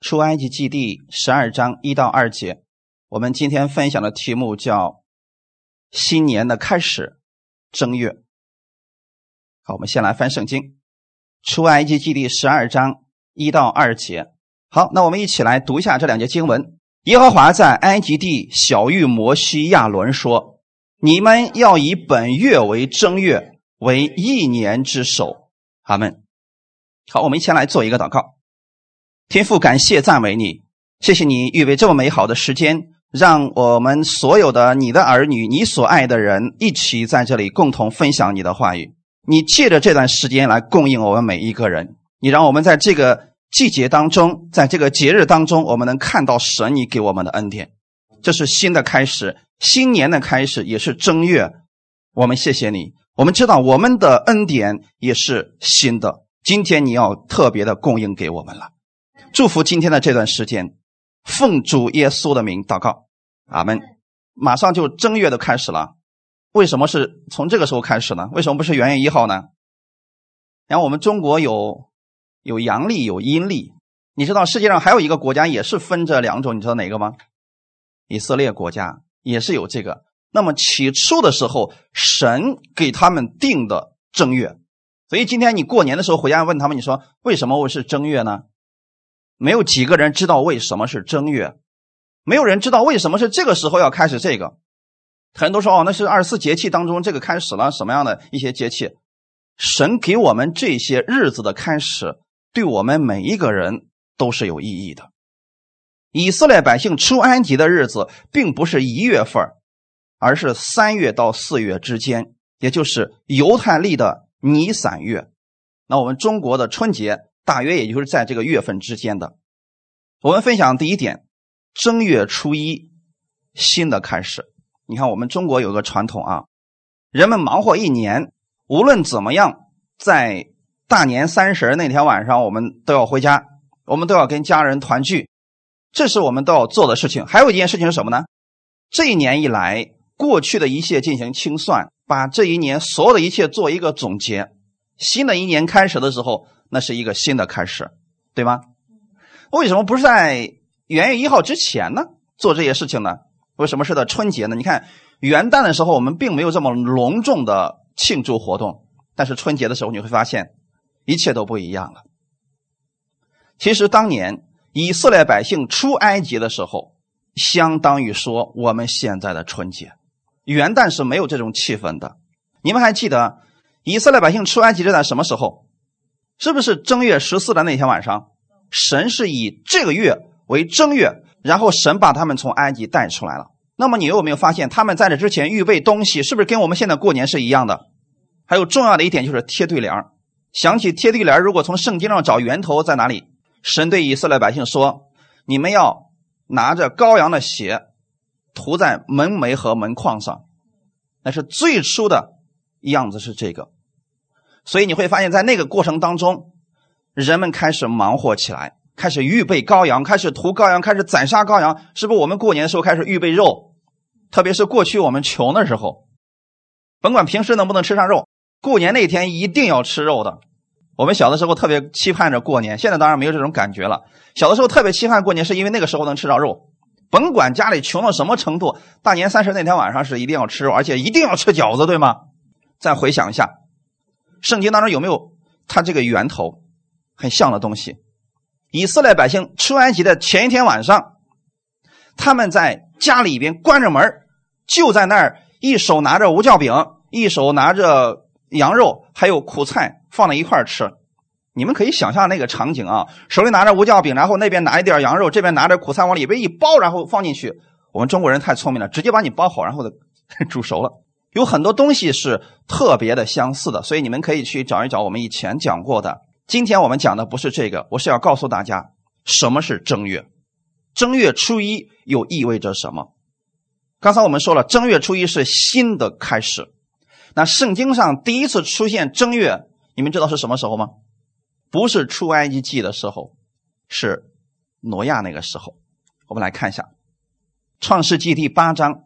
出埃及记第12章1到2节，我们今天分享的题目叫新年的开始，正月。好，我们先来翻圣经，出埃及记第12章1到2节。好，那我们一起来读一下这两节经文。耶和华在埃及地晓谕摩西亚伦说，你们要以本月为正月，为一年之首。阿们。好，我们一起来做一个祷告。天父，感谢赞美你，谢谢你预备这么美好的时间，让我们所有的你的儿女，你所爱的人一起在这里共同分享你的话语。你借着这段时间来供应我们每一个人，你让我们在这个季节当中，在这个节日当中，我们能看到神你给我们的恩典。这是新的开始，新年的开始，也是正月。我们谢谢你，我们知道我们的恩典也是新的，今天你要特别的供应给我们了。祝福今天的这段时间，奉主耶稣的名祷告，阿们。马上就正月的开始了，为什么是从这个时候开始呢？为什么不是元月1号呢？然后我们中国有阳历有阴历，你知道世界上还有一个国家也是分这两种，你知道哪个吗？以色列国家也是有这个。那么起初的时候，神给他们定的正月，所以今天你过年的时候回家问他们，你说为什么会是正月呢？没有几个人知道为什么是正月，没有人知道为什么是这个时候要开始这个。很多人都说那是24节气当中这个开始了什么样的一些节气。神给我们这些日子的开始，对我们每一个人都是有意义的。以色列百姓出埃及的日子并不是1月份，而是3月到4月之间，也就是犹太历的尼散月。那我们中国的春节大约也就是在这个月份之间的。我们分享第一点，正月初一，新的开始。你看我们中国有个传统啊，人们忙活一年，无论怎么样，在大年30那天晚上我们都要回家，我们都要跟家人团聚，这是我们都要做的事情。还有一件事情是什么呢？这一年以来过去的一切进行清算，把这一年所有的一切做一个总结。新的一年开始的时候，那是一个新的开始，对吗？为什么不是在元月1号之前呢做这些事情呢？为什么是在春节呢？你看元旦的时候我们并没有这么隆重的庆祝活动，但是春节的时候你会发现一切都不一样了。其实当年以色列百姓出埃及的时候，相当于说我们现在的春节，元旦是没有这种气氛的。你们还记得以色列百姓出埃及是在什么时候？是不是正月14的那天晚上？神是以这个月为正月，然后神把他们从埃及带出来了。那么你有没有发现他们在这之前预备东西是不是跟我们现在过年是一样的？还有重要的一点就是贴对联。想起贴对联，如果从圣经上找源头在哪里？神对以色列百姓说，你们要拿着羔羊的血涂在门楣和门框上，那是最初的样子是这个。所以你会发现在那个过程当中，人们开始忙活起来，开始预备羔羊，开始涂羔羊，开始宰杀羔羊。是不是我们过年的时候开始预备肉？特别是过去我们穷的时候，甭管平时能不能吃上肉，过年那天一定要吃肉的。我们小的时候特别期盼着过年，现在当然没有这种感觉了。小的时候特别期盼过年，是因为那个时候能吃到肉。甭管家里穷到什么程度，大年30那天晚上是一定要吃肉，而且一定要吃饺子，对吗？再回想一下圣经当中有没有它这个源头很像的东西。以色列百姓出埃及的前一天晚上，他们在家里边关着门，就在那儿一手拿着无酵饼，一手拿着羊肉还有苦菜放在一块吃。你们可以想象那个场景啊，手里拿着无酵饼，然后那边拿一点羊肉，这边拿着苦菜往里边一包，然后放进去。我们中国人太聪明了，直接把你包好，然后煮熟了。有很多东西是特别的相似的，所以你们可以去找一找我们以前讲过的。今天我们讲的不是这个，我是要告诉大家什么是正月。正月初一又意味着什么？刚才我们说了，正月初一是新的开始。那圣经上第一次出现正月，你们知道是什么时候吗？不是出埃及记的时候，是挪亚那个时候。我们来看一下创世纪第8章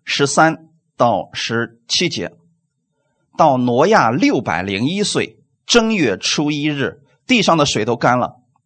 13到17节。到挪亚601岁正月初一日，地上的水都干了，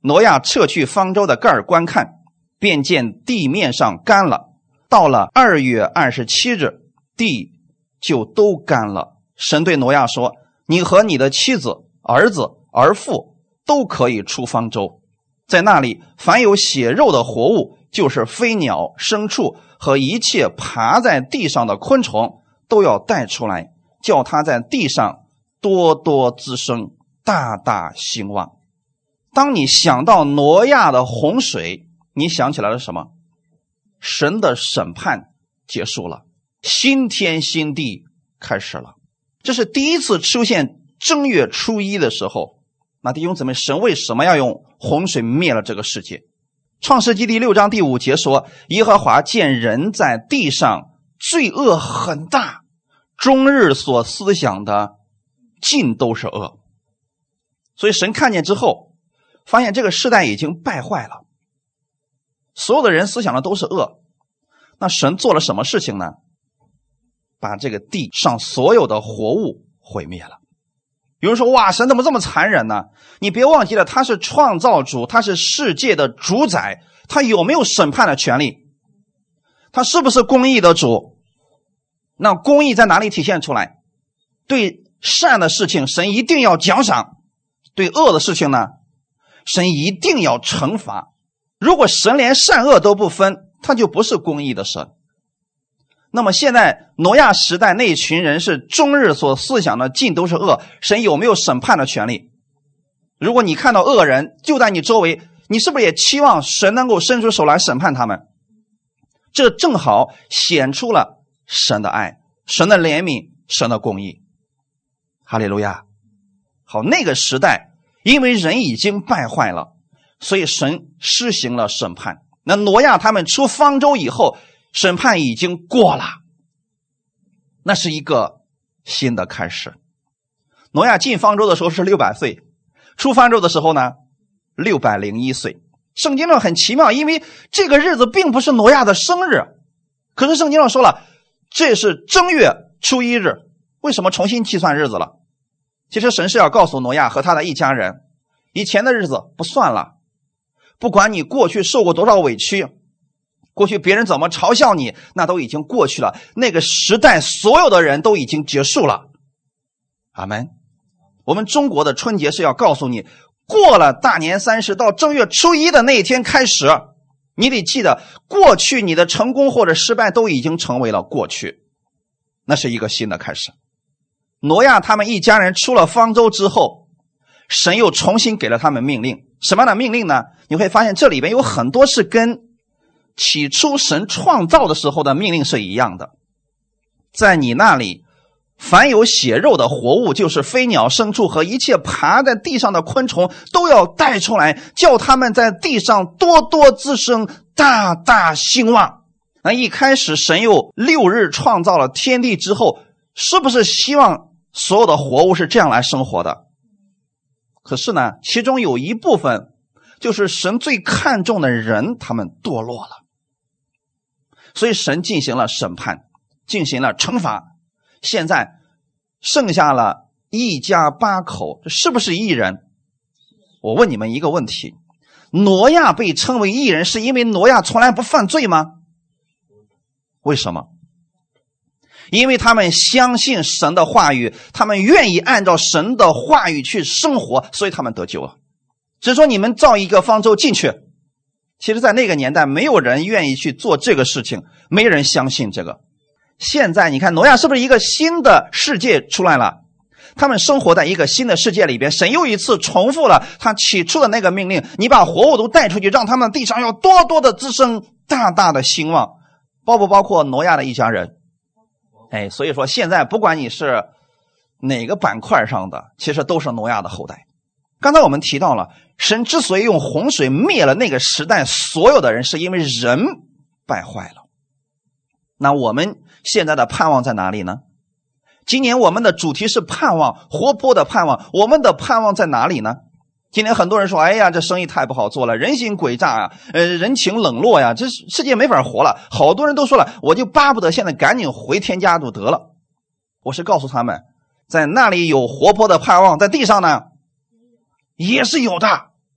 挪亚撤去方舟的盖儿观看，便见地面上干了。到了2月27日，地就都干了。神对挪亚说，你和你的妻子、儿子、儿妇都可以出方舟，在那里凡有血肉的活物，就是飞鸟、牲畜和一切爬在地上的昆虫，都要带出来，叫它在地上多多滋生，大大兴旺。当你想到挪亚的洪水，你想起来了什么？神的审判结束了，新天新地开始了。这是第一次出现正月初一的时候。那弟兄姊妹，神为什么要用洪水灭了这个世界？创世纪第6章第5节说，耶和华见人在地上罪恶很大，终日所思想的尽都是恶。所以神看见之后，发现这个世代已经败坏了，所有的人思想的都是恶。那神做了什么事情呢？把这个地上所有的活物毁灭了。有人说，哇，神怎么这么残忍呢？你别忘记了，他是创造主，他是世界的主宰，他有没有审判的权利？他是不是公义的主？那公义在哪里体现出来？对善的事情神一定要奖赏，对恶的事情呢，神一定要惩罚。如果神连善恶都不分，他就不是公义的神。那么现在挪亚时代那群人是终日所思想的尽都是恶，神有没有审判的权利？如果你看到恶人就在你周围，你是不是也期望神能够伸出手来审判他们？这正好显出了神的爱，神的怜悯，神的公义。哈利路亚。好，那个时代因为人已经败坏了，所以神施行了审判。那挪亚他们出方舟以后，审判已经过了，那是一个新的开始。挪亚进方舟的时候是600岁，出方舟的时候呢601岁。圣经上很奇妙，因为这个日子并不是挪亚的生日，可是圣经上说了，这是正月初一日。为什么重新计算日子了？其实神是要告诉挪亚和他的一家人，以前的日子不算了，不管你过去受过多少委屈，过去别人怎么嘲笑你，那都已经过去了，那个时代所有的人都已经结束了。阿们。我们中国的春节是要告诉你，过了大年30到正月初一的那一天开始，你得记得，过去你的成功或者失败都已经成为了过去，那是一个新的开始。挪亚他们一家人出了方舟之后，神又重新给了他们命令。什么样的命令呢？你会发现这里边有很多是跟起初神创造的时候的命令是一样的。在你那里凡有血肉的活物，就是飞鸟、牲畜和一切爬在地上的昆虫，都要带出来，叫他们在地上多多滋生，大大兴旺。那一开始神又6日创造了天地之后，是不是希望所有的活物是这样来生活的？可是呢，其中有一部分就是神最看重的人，他们堕落了，所以神进行了审判，进行了惩罚。现在剩下了一家8口，这是不是义人？我问你们一个问题，挪亚被称为义人是因为挪亚从来不犯罪吗？为什么？因为他们相信神的话语，他们愿意按照神的话语去生活，所以他们得救了。只是说你们造一个方舟进去，其实在那个年代没有人愿意去做这个事情，没人相信这个。现在你看挪亚是不是一个新的世界出来了？他们生活在一个新的世界里边，神又一次重复了他起初的那个命令，你把活物都带出去，让他们地上要多多的滋生，大大的兴旺。包不包括挪亚的一家人？所以说现在不管你是哪个板块上的，其实都是挪亚的后代。刚才我们提到了，神之所以用洪水灭了那个时代所有的人，是因为人败坏了。那我们现在的盼望在哪里呢？今年我们的主题是盼望，活泼的盼望。我们的盼望在哪里呢？今天很多人说，哎呀，这生意太不好做了，人心诡诈呀，人情冷落呀，这世界没法活了。好多人都说了，我就巴不得现在赶紧回天家就得了。我是告诉他们，在那里有活泼的盼望，在地上呢也是有的。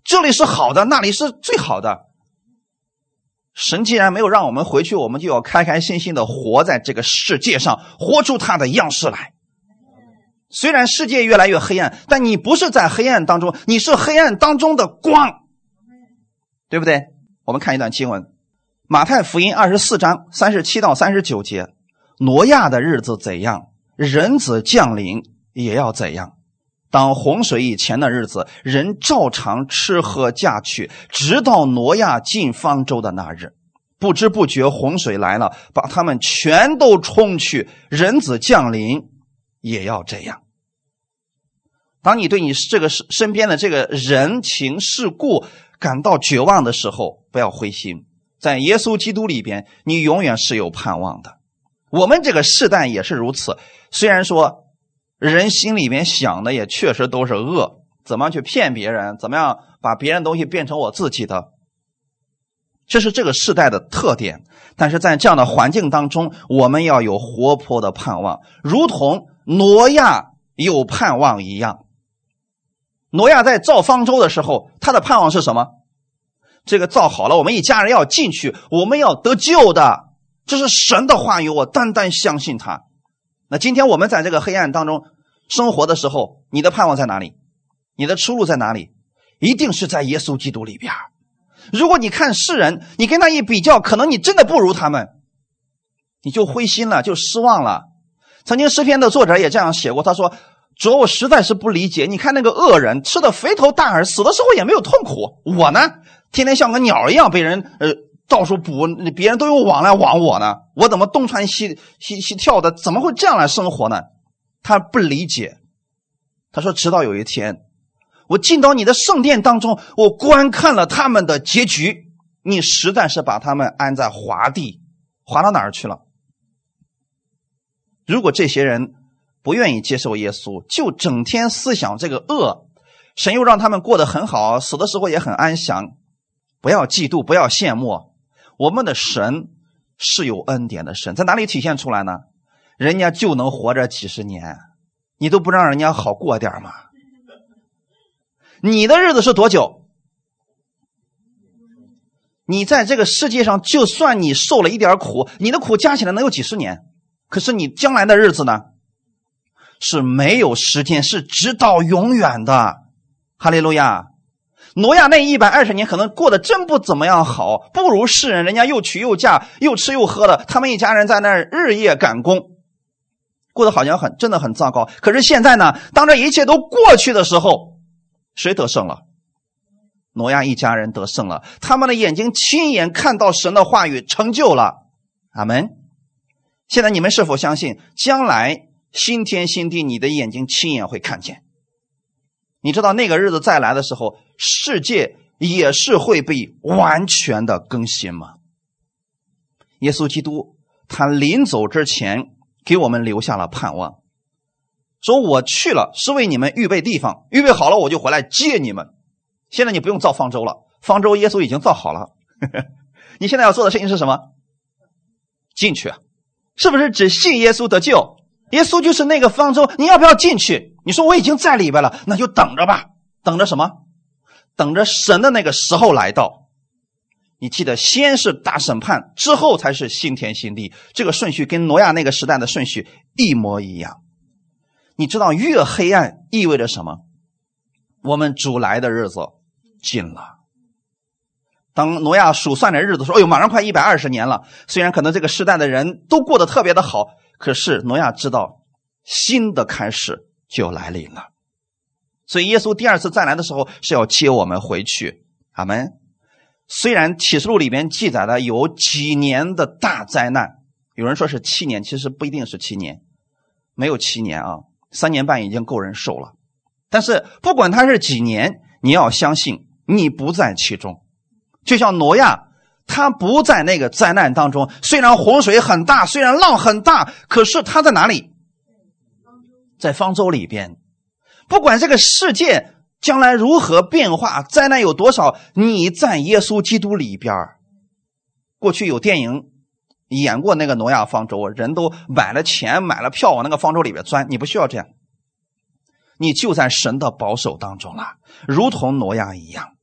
这里是好的，那里是最好的。神既然没有让我们回去，我们就要开开心心的活在这个世界上，活出他的样式来。虽然世界越来越黑暗，但你不是在黑暗当中，你是黑暗当中的光，对不对？我们看一段经文，马太福音24章37到39节，挪亚的日子怎样，人子降临也要怎样。当洪水以前的日子，人照常吃喝嫁娶，直到挪亚进方舟的那日。不知不觉洪水来了，把他们全都冲去，人子降临也要这样。当你对你这个身边的这个人情世故感到绝望的时候，不要灰心，在耶稣基督里边，你永远是有盼望的。我们这个世代也是如此，虽然说人心里面想的也确实都是恶，怎么去骗别人，怎么样把别人东西变成我自己的，这是这个世代的特点。但是在这样的环境当中，我们要有活泼的盼望，如同挪亚有盼望一样。挪亚在造方舟的时候，他的盼望是什么？这个造好了，我们一家人要进去，我们要得救的，这是神的话语，我单单相信他。那今天我们在这个黑暗当中生活的时候，你的盼望在哪里？你的出路在哪里？一定是在耶稣基督里边。如果你看世人，你跟他一比较，可能你真的不如他们，你就灰心了，就失望了。曾经诗篇的作者也这样写过，他说，主，我实在是不理解，你看那个恶人吃的肥头大耳，死的时候也没有痛苦，我呢天天像个鸟一样被人到处捕，别人都有网来网我呢，我怎么东窜西跳的，怎么会这样来生活呢？他不理解。他说，直到有一天我进到你的圣殿当中，我观看了他们的结局，你实在是把他们安在滑地，滑到哪儿去了？如果这些人不愿意接受耶稣，就整天思想这个恶，神又让他们过得很好，死的时候也很安详，不要嫉妒，不要羡慕。我们的神是有恩典的神，在哪里体现出来呢？人家就能活着几十年，你都不让人家好过点吗？你的日子是多久？你在这个世界上，就算你受了一点苦，你的苦加起来能有几十年，可是你将来的日子呢？是没有时间，是直到永远的。哈利路亚。挪亚那120年可能过得真不怎么样好，不如世人，人家又娶又嫁，又吃又喝的，他们一家人在那儿日夜赶工，过得好像真的很糟糕。可是现在呢，当这一切都过去的时候，谁得胜了？挪亚一家人得胜了，他们的眼睛亲眼看到神的话语成就了。阿们。现在你们是否相信，将来新天新地，你的眼睛亲眼会看见？你知道那个日子再来的时候，世界也是会被完全的更新吗？耶稣基督他临走之前给我们留下了盼望，说我去了是为你们预备地方，预备好了我就回来接你们。现在你不用造方舟了，方舟耶稣已经造好了你现在要做的事情是什么？进去。是不是只信耶稣得救？耶稣就是那个方舟，你要不要进去？你说我已经在里边了，那就等着吧。等着什么？等着神的那个时候来到。你记得，先是大审判，之后才是新天新地，这个顺序跟挪亚那个时代的顺序一模一样。你知道越黑暗意味着什么？我们主来的日子近了。当挪亚数算的日子说，哎呦，马上快120年了，虽然可能这个时代的人都过得特别的好，可是挪亚知道新的开始就来临了。所以耶稣第二次再来的时候是要接我们回去。阿们。虽然启示录里面记载的有几年的大灾难，有人说是7年，其实不一定是7年，没有7年啊，3年半已经够人受了。但是不管它是几年，你要相信你不在其中。就像挪亚，他不在那个灾难当中，虽然洪水很大，虽然浪很大，可是他在哪里？在方舟里边。不管这个世界将来如何变化，灾难有多少，你在耶稣基督里边。过去有电影演过那个挪亚方舟，人都买了钱买了票往那个方舟里边钻，你不需要这样，你就在神的保守当中了，如同挪亚一样。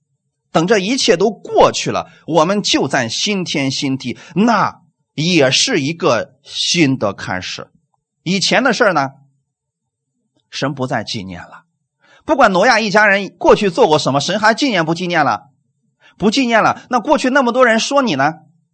等这一切都过去了，我们就在新天新地，那也是一个新的开始。以前的事呢，神不再纪念了。不管挪亚一家人过去做过什么，神还纪念不纪念了？不纪念了。那过去那么多人说你呢？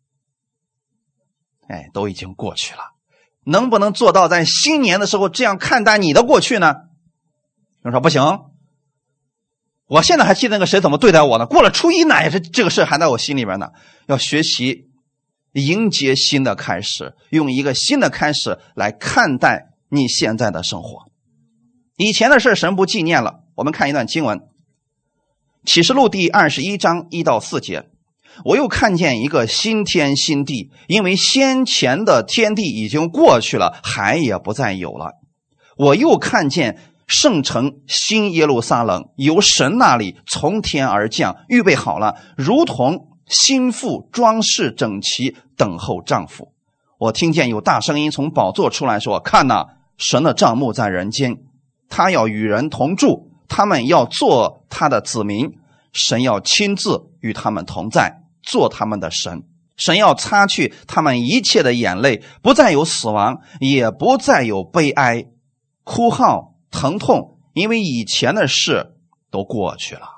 都已经过去了。能不能做到在新年的时候这样看待你的过去呢？有人说不行，我现在还记得那个谁怎么对待我呢，过了初一呢，也是这个事还在我心里边呢。要学习迎接新的开始，用一个新的开始来看待你现在的生活。以前的事神不纪念了。我们看一段经文，启示录第21章1到4节。我又看见一个新天新地，因为先前的天地已经过去了，海也不再有了。我又看见圣城新耶路撒冷由神那里从天而降，预备好了，如同新妇装饰整齐，等候丈夫。我听见有大声音从宝座出来说，看哪，神的帐幕在人间，他要与人同住，他们要做他的子民，神要亲自与他们同在，做他们的神。神要擦去他们一切的眼泪，不再有死亡，也不再有悲哀、哭号、疼痛，因为以前的事都过去了。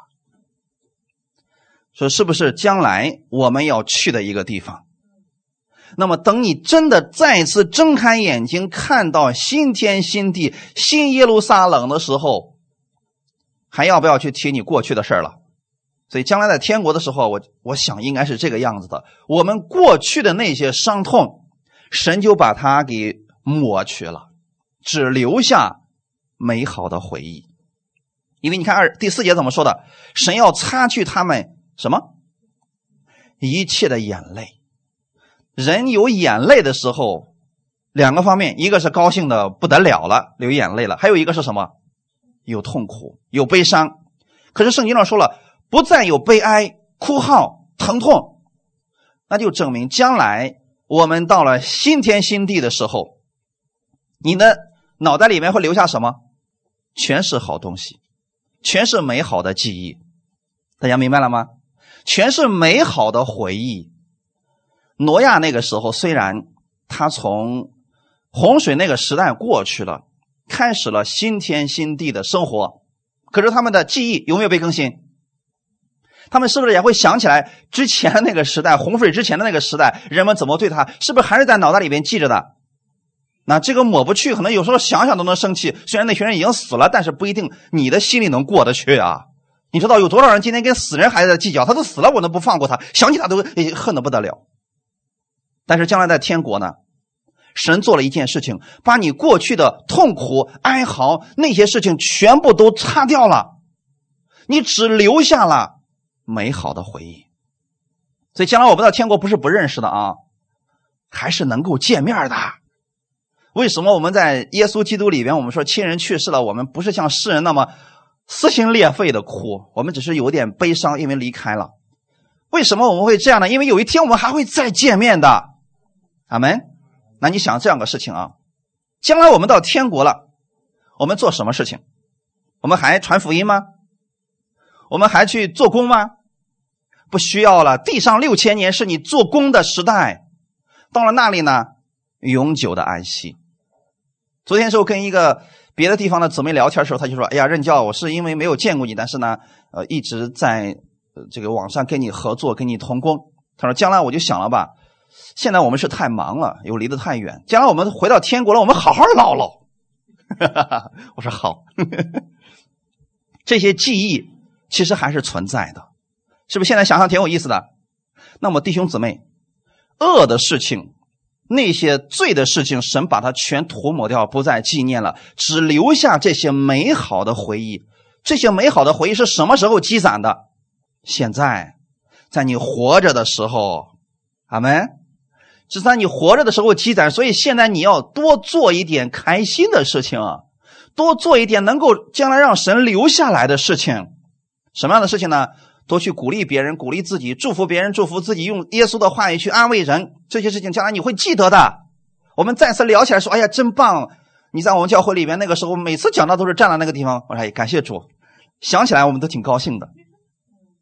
说是不是将来我们要去的一个地方？那么等你真的再次睁开眼睛，看到新天新地、新耶路撒冷的时候，还要不要去提你过去的事了？所以将来在天国的时候，我想应该是这个样子的。我们过去的那些伤痛，神就把它给抹去了，只留下美好的回忆。因为你看第4节怎么说的？神要擦去他们什么？一切的眼泪。人有眼泪的时候，两个方面，一个是高兴的不得了了，流眼泪了，还有一个是什么？有痛苦，有悲伤。可是圣经上说了，不再有悲哀、哭号、疼痛，那就证明将来我们到了新天新地的时候，你的脑袋里面会留下什么？全是好东西，全是美好的记忆。大家明白了吗？全是美好的回忆。挪亚那个时候，虽然他从洪水那个时代过去了，开始了新天新地的生活，可是他们的记忆有没有被更新？他们是不是也会想起来之前的那个时代，洪水之前的那个时代，人们怎么对他？是不是还是在脑袋里边记着的？那这个抹不去，可能有时候想想都能生气。虽然那群人已经死了，但是不一定你的心里能过得去啊。你知道有多少人今天跟死人还在计较？他都死了，我都不放过他，想起他都恨得不得了。但是将来在天国呢，神做了一件事情，把你过去的痛苦、哀嚎那些事情全部都擦掉了，你只留下了美好的回忆。所以将来我们到天国不是不认识的啊，还是能够见面的。为什么我们在耶稣基督里边，我们说亲人去世了，我们不是像世人那么撕心裂肺的哭，我们只是有点悲伤，因为离开了。为什么我们会这样呢？因为有一天我们还会再见面的。阿们。那你想这样个事情啊，将来我们到天国了，我们做什么事情？我们还传福音吗？我们还去做工吗？不需要了。地上6000年是你做工的时代，到了那里呢，永久的安息。昨天时候跟一个别的地方的姊妹聊天的时候，他就说，哎呀，任教，我是因为没有见过你，但是呢一直在这个网上跟你合作，跟你同工。他说将来我就想了吧，现在我们是太忙了，又离得太远，将来我们回到天国了，我们好好唠唠。我说好。这些记忆其实还是存在的，是不是？现在想想挺有意思的。那么弟兄姊妹，恶的事情，那些罪的事情，神把它全涂抹掉，不再纪念了，只留下这些美好的回忆。这些美好的回忆是什么时候积攒的？现在，在你活着的时候。阿们。是在你活着的时候积攒，所以现在你要多做一点开心的事情啊，多做一点能够将来让神留下来的事情。什么样的事情呢？多去鼓励别人，鼓励自己，祝福别人，祝福自己，用耶稣的话语去安慰人。这些事情将来你会记得的。我们再次聊起来说，哎呀，真棒！你在我们教会里面那个时候，每次讲到都是站在那个地方，我说哎，感谢主。想起来我们都挺高兴的。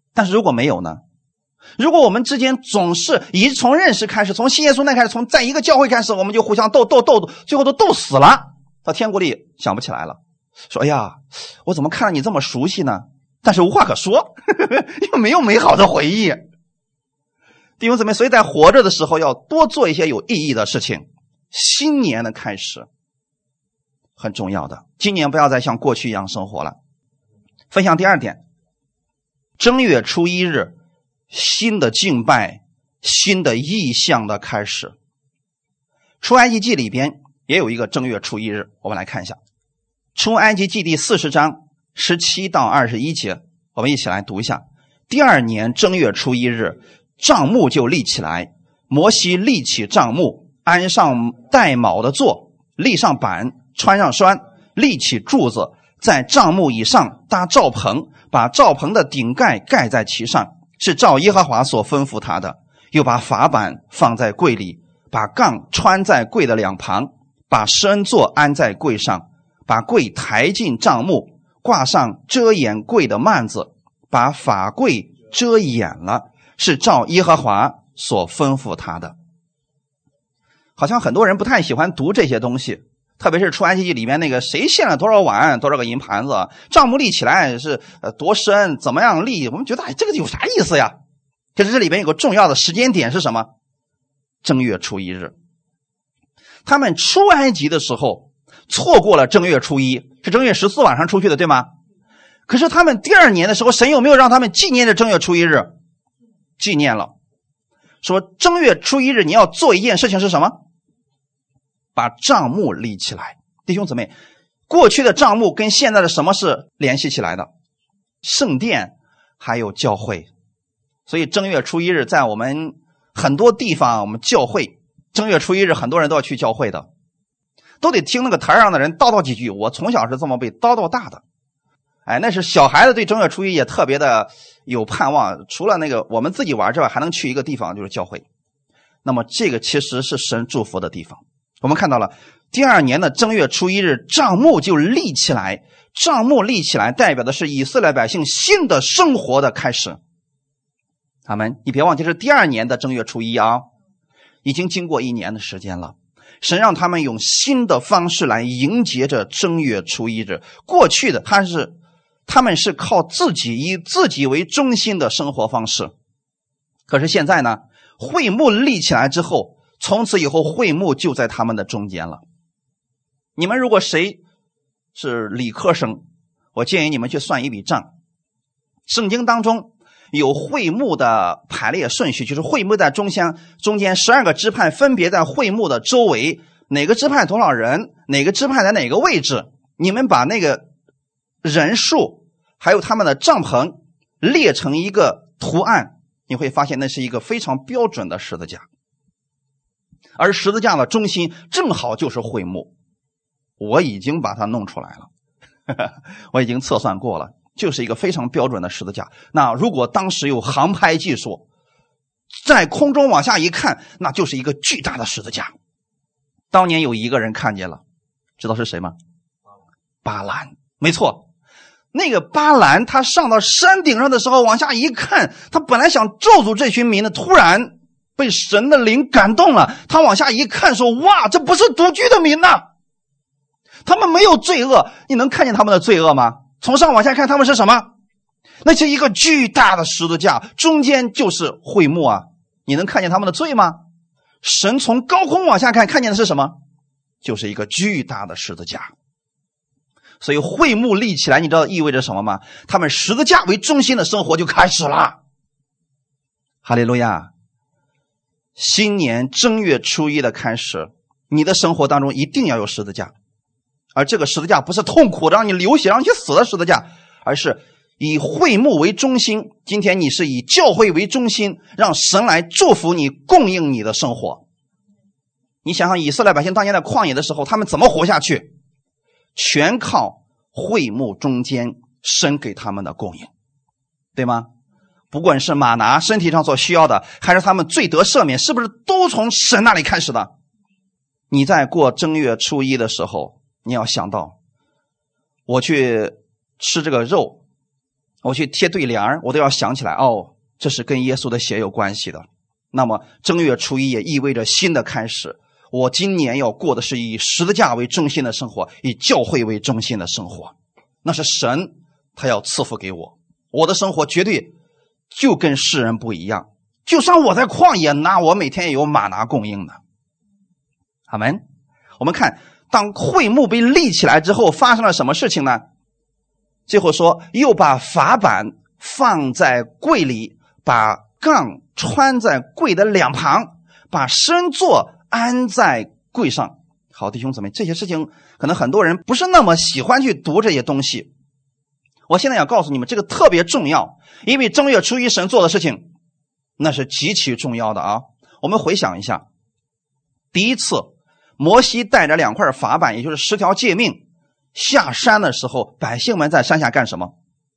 但是如果没有呢？如果我们之间总是从认识开始，从信耶稣那开始，从在一个教会开始，我们就互相斗，最后都斗死了，到天国里想不起来了，说哎呀，我怎么看着你这么熟悉呢？但是无话可说，又没有美好的回忆。弟兄姊妹，所以在活着的时候要多做一些有意义的事情。新年的开始很重要的，今年不要再像过去一样生活了。分享第二点，正月初一日，新的敬拜，新的意象的开始。出埃及记里边也有一个正月初一日，我们来看一下出埃及记第40章17到21节，我们一起来读一下。第二年正月初一日，帐幕就立起来，摩西立起帐幕，安上带卯的座，立上板，穿上栓，立起柱子，在帐幕以上搭罩棚，把罩棚的顶盖盖在其上，是照耶和华所吩咐他的。又把法板放在柜里，把杠穿在柜的两旁，把施恩座安在柜上，把柜抬进帐幕，挂上遮掩柜的幔子，把法柜遮掩了，是照耶和华所吩咐他的。好像很多人不太喜欢读这些东西，特别是出埃及记里面那个谁献了多少碗多少个银盘子，帐幕立起来是多深怎么样立，我们觉得这个有啥意思呀？可是这里边有个重要的时间点是什么？正月初一日。他们出埃及的时候错过了正月初一，是正月14晚上出去的，对吗？可是他们第二年的时候，神有没有让他们纪念着正月初一日？纪念了，说正月初一日你要做一件事情是什么？把帐幕立起来。弟兄姊妹，过去的帐幕跟现在的什么是联系起来的？圣殿还有教会。所以正月初一日在我们很多地方，我们教会正月初一日很多人都要去教会的，都得听那个台上的人叨叨几句。我从小是这么被叨叨大的。那是小孩子对正月初一也特别的有盼望，除了那个我们自己玩之外，还能去一个地方，就是教会。那么这个其实是神祝福的地方。我们看到了第二年的正月初一日，帐幕就立起来。帐幕立起来代表的是以色列百姓新的生活的开始。阿们，你别忘记是第二年的正月初一啊，已经经过1年的时间了。神让他们用新的方式来迎接着正月初一日。过去的他们是靠自己以自己为中心的生活方式。可是现在呢，会幕立起来之后，从此以后会幕就在他们的中间了。你们如果谁是理科生，我建议你们去算一笔账。圣经当中有会幕的排列顺序，就是会幕在中间12个支派分别在会幕的周围，哪个支派多少人，哪个支派在哪个位置，你们把那个人数还有他们的帐篷列成一个图案，你会发现那是一个非常标准的十字架。而十字架的中心正好就是会幕，我已经把它弄出来了我已经测算过了，就是一个非常标准的十字架。那如果当时有航拍技术，在空中往下一看，那就是一个巨大的十字架。当年有一个人看见了，知道是谁吗？巴兰。没错，那个巴兰他上到山顶上的时候往下一看，他本来想咒诅这群民的，突然被神的灵感动了，他往下一看说，哇，这不是独居的民呐，他们没有罪恶。你能看见他们的罪恶吗？从上往下看，他们是什么？那是一个巨大的十字架，中间就是会幕啊。你能看见他们的罪吗？神从高空往下看，看见的是什么？就是一个巨大的十字架。所以会幕立起来，你知道意味着什么吗？他们十字架为中心的生活就开始了。哈利路亚！新年正月初一的开始，你的生活当中一定要有十字架。而这个十字架不是痛苦让你流血让你死的十字架，而是以会幕为中心。今天你是以教会为中心，让神来祝福你，供应你的生活。你想想以色列百姓当年在旷野的时候，他们怎么活下去？全靠会幕中间神给他们的供应，对吗？不管是玛拿身体上所需要的，还是他们罪得赦免，是不是都从神那里开始的？你在过正月初一的时候，你要想到，我去吃这个肉， 我去贴对联，我都要想起来，哦，这是跟耶稣的血有关系的。那么正月初一也意味着新的开始，我今年要过的是以十字架为中心的生活，以教会为中心的生活，那是神他要赐福给我，我的生活绝对就跟世人不一样。就算我在旷野，那我每天也有玛拿供应的。阿们。我们看当会幕被立起来之后发生了什么事情呢？最后说又把法版放在柜里，把杠穿在柜的两旁，把身座安在柜上。好，弟兄姊妹，这些事情可能很多人不是那么喜欢去读这些东西，我现在要告诉你们，这个特别重要，因为正月初一神做的事情那是极其重要的啊。我们回想一下，第一次摩西带着2块法版，也就是10条诫命下山的时候，百姓们在山下干什么？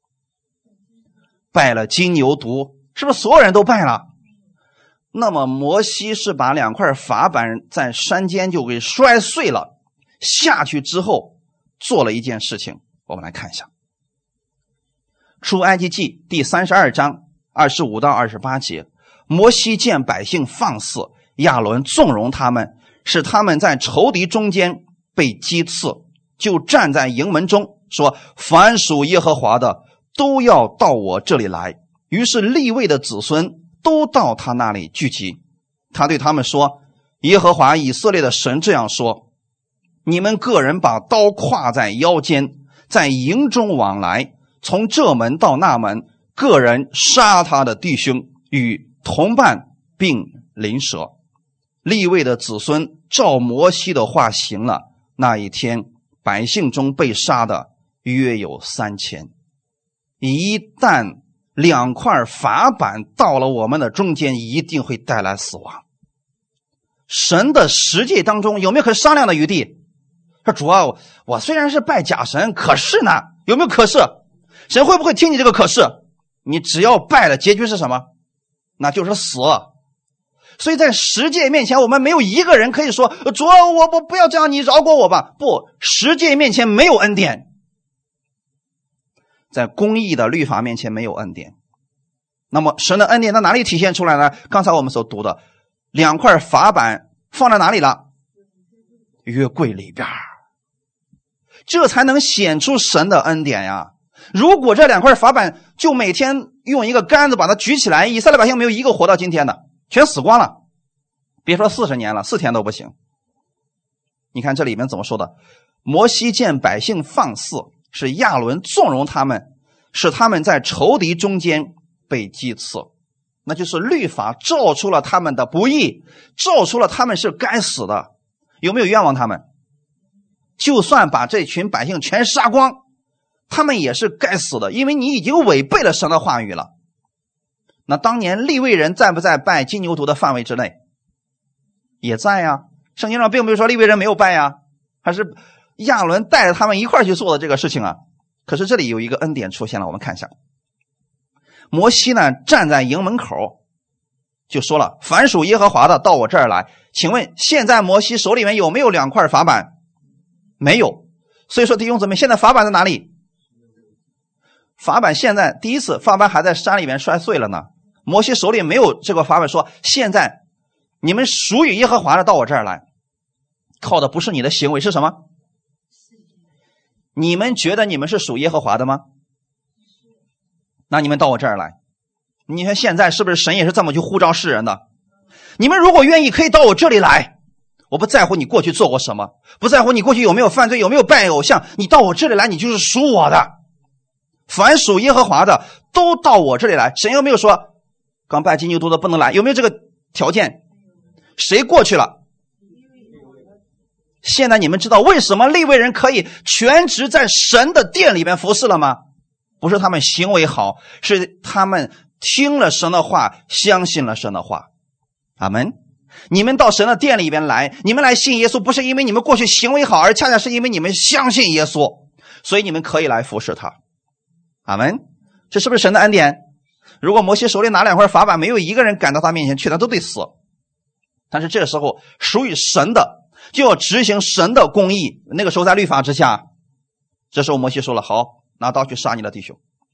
拜了金牛犊，是不是所有人都拜了？那么摩西是把2块法版在山间就给摔碎了，下去之后做了一件事情，我们来看一下。出埃及记第32章25到28节，摩西见百姓放肆，亚伦纵容他们，使他们在仇敌中间被击刺，就站在营门中说，凡属耶和华的都要到我这里来。于是利未的子孙都到他那里聚集。他对他们说，耶和华以色列的神这样说，你们个人把刀挎在腰间，在营中往来，从这门到那门，个人杀他的弟兄与同伴并邻舍。利未的子孙照摩西的话行了，那一天百姓中被杀的约有3000。一旦2块法版到了我们的中间，一定会带来死亡。神的实际当中有没有可商量的余地？说主啊，我虽然是拜假神，可是呢，有没有可是？神会不会听你这个可是？你只要拜了，结局是什么？那就是死。所以在十诫面前，我们没有一个人可以说，主啊，我不要这样，你饶过我吧。不，十诫面前没有恩典，在公义的律法面前没有恩典。那么神的恩典在哪里体现出来呢？刚才我们所读的2块法版放在哪里了？约柜里边，这才能显出神的恩典呀。如果这2块法版就每天用一个杆子把它举起来，以色列百姓没有一个活到今天的，全死光了。别说40年了，4天都不行。你看这里面怎么说的？摩西见百姓放肆，是亚伦纵容他们，使他们在仇敌中间被击刺。那就是律法照出了他们的不义，照出了他们是该死的。有没有冤枉他们？就算把这群百姓全杀光，他们也是该死的，因为你已经违背了神的话语了。那当年利未人在不在拜金牛犊的范围之内？也在呀。圣经上并没有说利未人没有拜呀，还是亚伦带着他们一块去做的这个事情啊。可是这里有一个恩典出现了，我们看一下。摩西呢站在营门口就说了，凡属耶和华的到我这儿来。请问现在摩西手里面有没有2块法版？没有。所以说弟兄姊妹，现在法版在哪里？法版现在第一次法版还在山里面摔碎了呢，摩西手里没有这个法版，说现在你们属于耶和华的到我这儿来。靠的不是你的行为，是什么？你们觉得你们是属耶和华的吗？那你们到我这儿来。你看现在是不是神也是这么去呼召世人的？你们如果愿意可以到我这里来，我不在乎你过去做过什么，不在乎你过去有没有犯罪，有没有拜偶像，你到我这里来，你就是属我的。凡属耶和华的都到我这里来。神有没有说刚拜金牛犊的不能来？有没有这个条件？谁过去了？现在你们知道为什么利未人可以全职在神的殿里面服侍了吗？不是他们行为好，是他们听了神的话，相信了神的话。阿们。你们到神的殿里边来，你们来信耶稣，不是因为你们过去行为好，而恰恰是因为你们相信耶稣，所以你们可以来服侍他。阿们。这是不是神的恩典？如果摩西手里拿2块法版，没有一个人赶到他面前去，他都得死。但是这个时候属于神的就要执行神的公义，那个时候在律法之下。这时候摩西说了，好，拿刀去杀你的弟兄。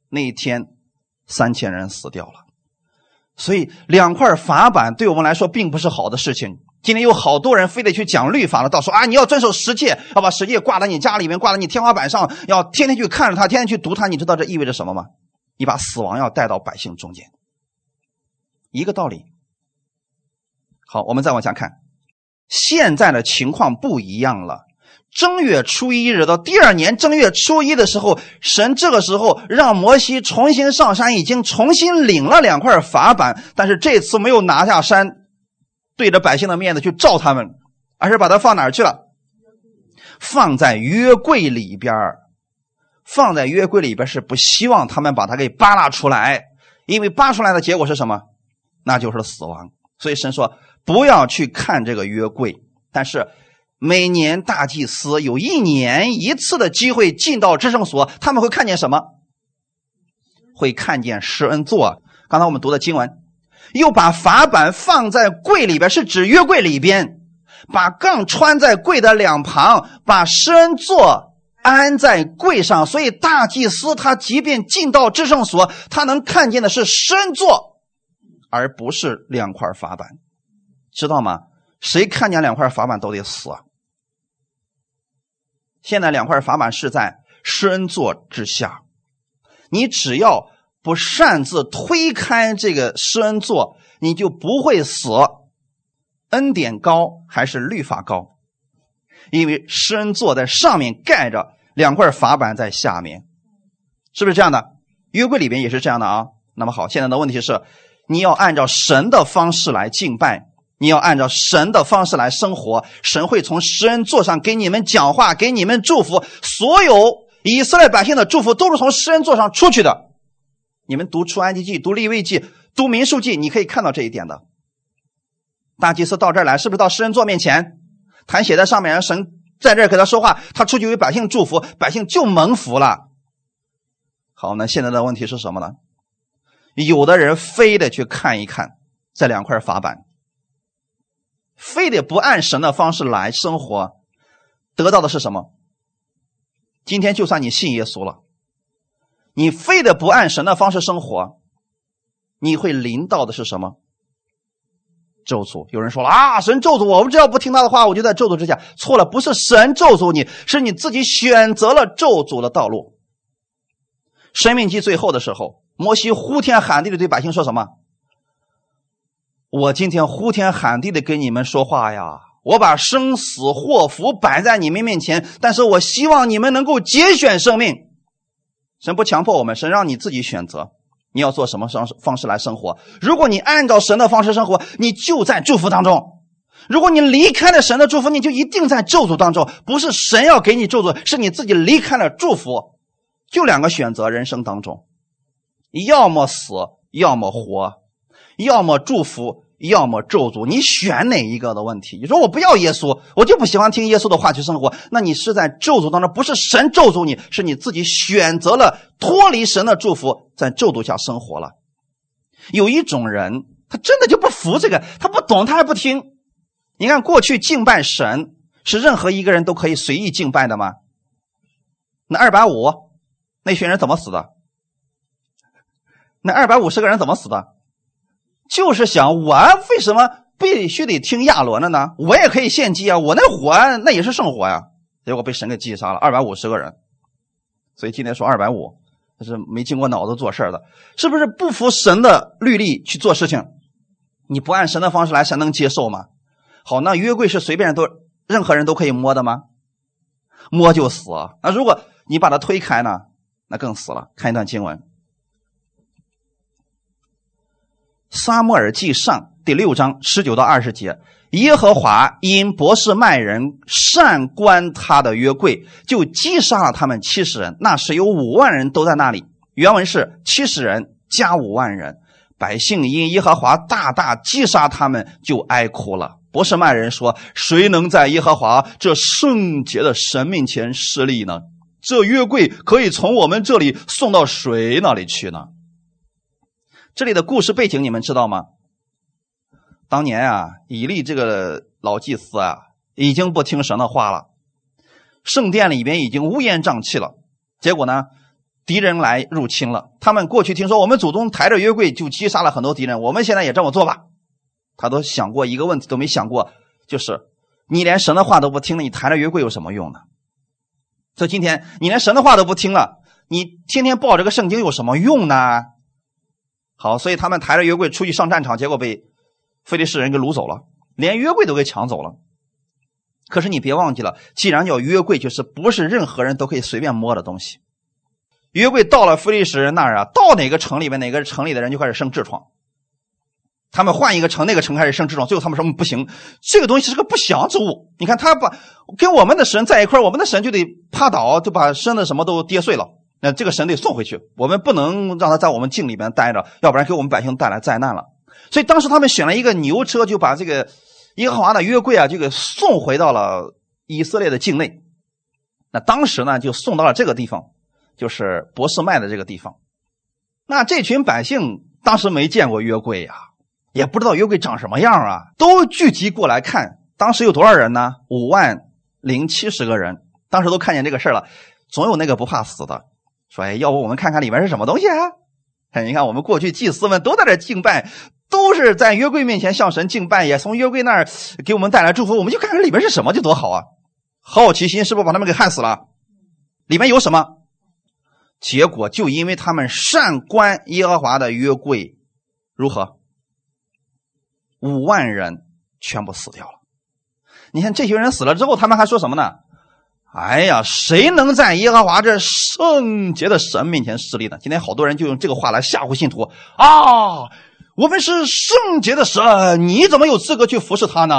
那一天3000人死掉了。所以2块法板对我们来说并不是好的事情。今天有好多人非得去讲律法了，到说啊，你要遵守10诫，要把10诫挂在你家里面，挂在你天花板上，要天天去看着它，天天去读它。你知道这意味着什么吗？你把死亡要带到百姓中间，一个道理。好，我们再往下看，现在的情况不一样了。正月初1日到第2年正月初1的时候，神这个时候让摩西重新上山，已经重新领了2块法板，但是这次没有拿下山对着百姓的面子去照他们，而是把它放哪儿去了？放在约柜里边。放在约柜里边是不希望他们把它给扒拉出来，因为扒出来的结果是什么？那就是死亡。所以神说不要去看这个约柜，但是每年大祭司有1年1次的机会进到至圣所，他们会看见什么？会看见施恩座。刚才我们读的经文，又把法板放在柜里边，是指约柜里边，把杠穿在柜的2旁，把施恩座安在柜上。所以大祭司他即便进到至圣所，他能看见的是施恩座，而不是2块法板，知道吗？谁看见2块法板都得死啊！现在2块法板是在施恩座之下，你只要不擅自推开这个施恩座，你就不会死。恩典高还是律法高？因为施恩座在上面盖着，2块法板在下面，是不是这样的？约柜里边也是这样的啊。那么好，现在的问题是，你要按照神的方式来敬拜，你要按照神的方式来生活，神会从施恩座上给你们讲话，给你们祝福。所有以色列百姓的祝福都是从施恩座上出去的。你们读出埃及记，读利未记，读民数记，你可以看到这一点的。大祭司到这儿来，是不是到施恩座面前，坛写在上面，让神在这儿给他说话，他出去为百姓祝福，百姓就蒙福了。好，那现在的问题是什么呢？有的人非得去看一看这2块法板，非得不按神的方式来生活，得到的是什么？今天就算你信耶稣了，你非得不按神的方式生活，你会临到的是什么？咒诅。有人说了啊，神咒诅我，只要不听他的话，我就在咒诅之下。错了，不是神咒诅你，是你自己选择了咒诅的道路。申命记最后的时候，摩西呼天喊地的对百姓说什么？我今天呼天喊地的跟你们说话呀，我把生死祸福摆在你们面前，但是我希望你们能够节选生命。神不强迫我们，神让你自己选择你要做什么方式来生活。如果你按照神的方式生活，你就在祝福当中；如果你离开了神的祝福，你就一定在咒诅当中。不是神要给你咒诅，是你自己离开了祝福。就2个选择，人生当中要么死要么活，要么祝福要么咒诅，你选哪一个的问题。你说我不要耶稣，我就不喜欢听耶稣的话去生活，那你是在咒诅当中，不是神咒诅你，是你自己选择了脱离神的祝福，在咒诅下生活了。有一种人他真的就不服这个，他不懂，他还不听。你看过去敬拜神是任何一个人都可以随意敬拜的吗？那250那群人怎么死的？那250个人怎么死的？就是想我为什么必须得听亚伦的呢？我也可以献祭啊，我那火那也是圣火呀。结果被神给击杀了250个人。所以今天说250，这是没经过脑子做事的，是不是不服神的律例去做事情？你不按神的方式来，神能接受吗？好，那约柜是随便任何人都可以摸的吗？摸就死。那如果你把它推开呢，那更死了。看一段经文，撒母耳记上第6章19到20节，耶和华因伯示麦人擅观他的约柜，就击杀了他们70人。那时有5万人都在那里。原文是70人加5万人。百姓因耶和华大大击杀他们，就哀哭了。伯示麦人说，谁能在耶和华这圣洁的神面前施力呢？这约柜可以从我们这里送到谁那里去呢？这里的故事背景你们知道吗？当年啊，以利这个老祭司啊，已经不听神的话了，圣殿里边已经乌烟瘴气了。结果呢， 敌人来入侵了，他们过去听说我们祖宗抬着约柜就击杀了很多敌人，我们现在也这么做吧。他都想过一个问题，都没想过，就是你连神的话都不听了，你抬着约柜有什么用呢？所以今天你连神的话都不听了，你天天抱着个圣经有什么用呢？好，所以他们抬着约柜出去上战场，结果被非利士人给掳走了，连约柜都给抢走了。可是你别忘记了，既然叫约柜，就是不是任何人都可以随便摸的东西。约柜到了非利士人那儿啊，到哪个城里面，哪个城里的人就开始生痔疮。他们换一个城，那个城开始生痔疮，最后他们说不行，这个东西是个不祥之物。你看他把跟我们的神在一块，我们的神就得趴倒，就把生的什么都跌碎了。那这个神得送回去，我们不能让他在我们境里面待着，要不然给我们百姓带来灾难了。所以当时他们选了一个牛车，就把这个耶和华的约柜啊，就给送回到了以色列的境内。那当时呢，就送到了这个地方，就是伯示麦的这个地方。那这群百姓当时没见过约柜呀，也不知道约柜长什么样啊，都聚集过来看。当时有多少人呢？5万070个人。当时都看见这个事了，总有那个不怕死的，说哎，要不我们看看里面是什么东西啊？你看我们过去祭司们都在这敬拜，都是在约柜面前向神敬拜，也从约柜那儿给我们带来祝福，我们就看看里面是什么，就多好啊！好奇心是不是把他们给害死了？里面有什么？结果就因为他们擅观耶和华的约柜，如何？5万人全部死掉了。你看这些人死了之后，他们还说什么呢？哎呀，谁能在耶和华这圣洁的神面前势力呢？今天好多人就用这个话来吓唬信徒啊！我们是圣洁的神，你怎么有资格去服侍他呢？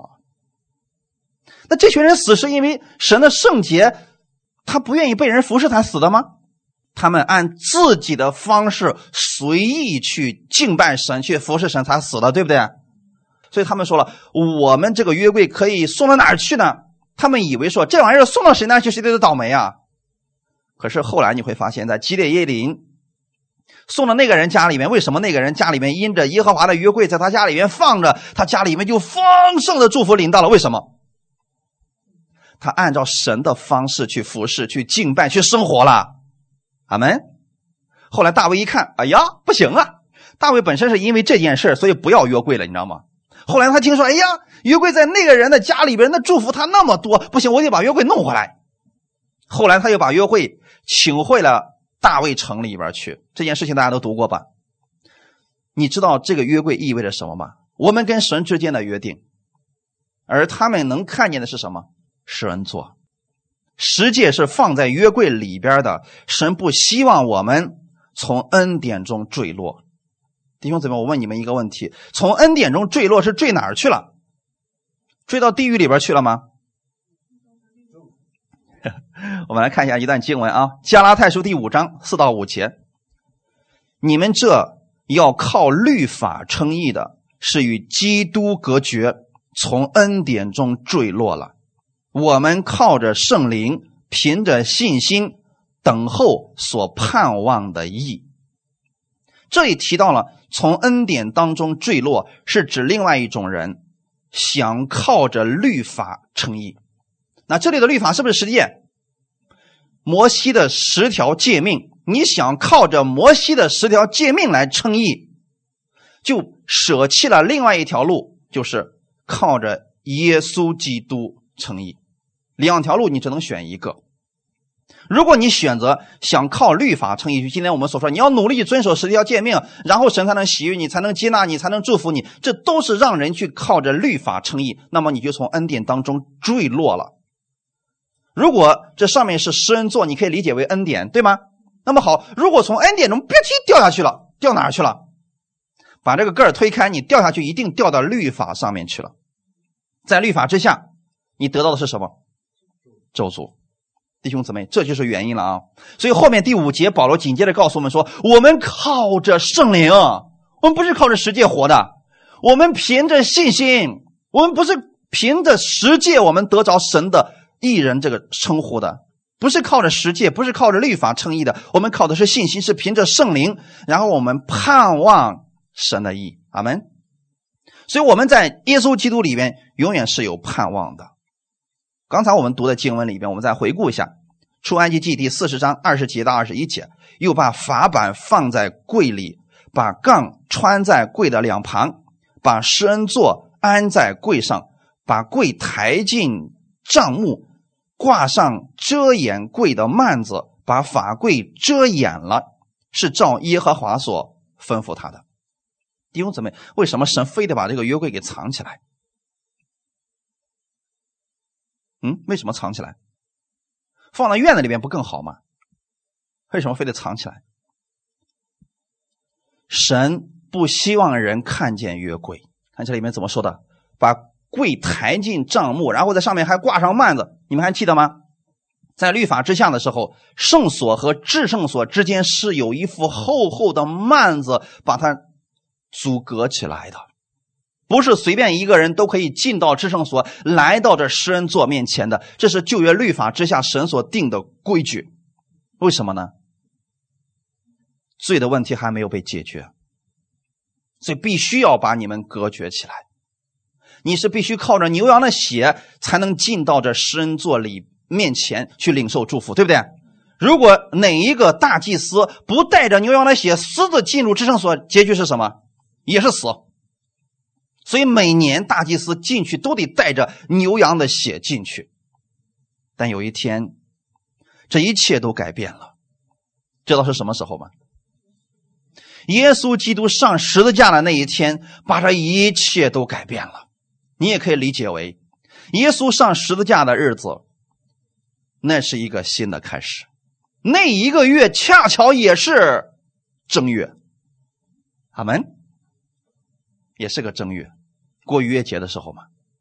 那这群人死是因为神的圣洁，他不愿意被人服侍才死的吗？他们按自己的方式随意去敬拜神，去服侍神才死的，对不对？所以他们说了，我们这个约柜可以送到哪儿去呢？他们以为说这玩意儿送到谁那去谁都倒霉啊。可是后来你会发现，在基列耶琳送到那个人家里面，为什么那个人家里面因着耶和华的约柜在他家里面放着，他家里面就丰盛的祝福临到了？为什么？他按照神的方式去服侍，去敬拜，去生活了。阿们。后来大卫一看，哎呀，不行啊！大卫本身是因为这件事所以不要约柜了，你知道吗？后来他听说，哎呀，约柜在那个人的家里边，那祝福他那么多，不行，我得把约柜弄回来。后来他又把约柜请回了大卫城里边去。这件事情大家都读过吧？你知道这个约柜意味着什么吗？我们跟神之间的约定，而他们能看见的是什么？施恩座。十诫是放在约柜里边的，神不希望我们从恩典中坠落。弟兄姊妹，我问你们一个问题，从恩典中坠落是坠哪儿去了？坠到地狱里边去了吗？我们来看一下一段经文啊，加拉太书第5章4到5节。你们这要靠律法称义的，是与基督隔绝，从恩典中坠落了。我们靠着圣灵，凭着信心等候所盼望的义。这里提到了从恩典当中坠落，是指另外一种人想靠着律法称义。那这里的律法是不是十诫？摩西的10条诫命，你想靠着摩西的10条诫命来称义，就舍弃了另外一条路，就是靠着耶稣基督称义。2条路你只能选一个。如果你选择想靠律法称义，就今天我们所说你要努力遵守10条诫命，然后神才能喜悦你，才能接纳你，才能祝福你，这都是让人去靠着律法称义，那么你就从恩典当中坠落了。如果这上面是施恩座，你可以理解为恩典，对吗？那么好，如果从恩典中别提掉下去了，掉哪儿去了？把这个盖儿推开，你掉下去一定掉到律法上面去了。在律法之下，你得到的是什么？咒诅。弟兄姊妹，这就是原因了啊！所以后面第5节保罗紧接着告诉我们说，我们靠着圣灵，我们不是靠着十诫活的，我们凭着信心，我们不是凭着十诫我们得着神的义人这个称呼的，不是靠着十诫，不是靠着律法称义的，我们靠的是信心，是凭着圣灵，然后我们盼望神的义。阿们。所以我们在耶稣基督里面永远是有盼望的。刚才我们读的经文里边，我们再回顾一下， 出埃及记第40章20节到21节，又把法版放在柜里，把杠穿在柜的两旁，把施恩座安在柜上，把柜抬进帐幕，挂上遮掩柜的幔子，把法柜遮掩了，是照耶和华所吩咐他的。弟兄姊妹，为什么神非得把这个约柜给藏起来？为什么藏起来？放到院子里边不更好吗？为什么非得藏起来？神不希望人看见约柜。看这里面怎么说的，把柜抬进帐幕，然后在上面还挂上幔子。你们还记得吗？在律法之下的时候，圣所和至圣所之间是有一副厚厚的幔子把它阻隔起来的，不是随便一个人都可以进到至圣所，来到这施恩座面前的。这是旧约律法之下神所定的规矩。为什么呢？罪的问题还没有被解决，所以必须要把你们隔绝起来。你是必须靠着牛羊的血才能进到这施恩座里面前去领受祝福，对不对？如果哪一个大祭司不带着牛羊的血私自进入至圣所，结局是什么？也是死。所以每年大祭司进去都得带着牛羊的血进去。但有一天这一切都改变了，知道是什么时候吗？耶稣基督上十字架的那一天，把这一切都改变了。你也可以理解为耶稣上十字架的日子，那是一个新的开始。那一个月恰巧也是正月，阿们，也是个正月，过逾越节的时候嘛。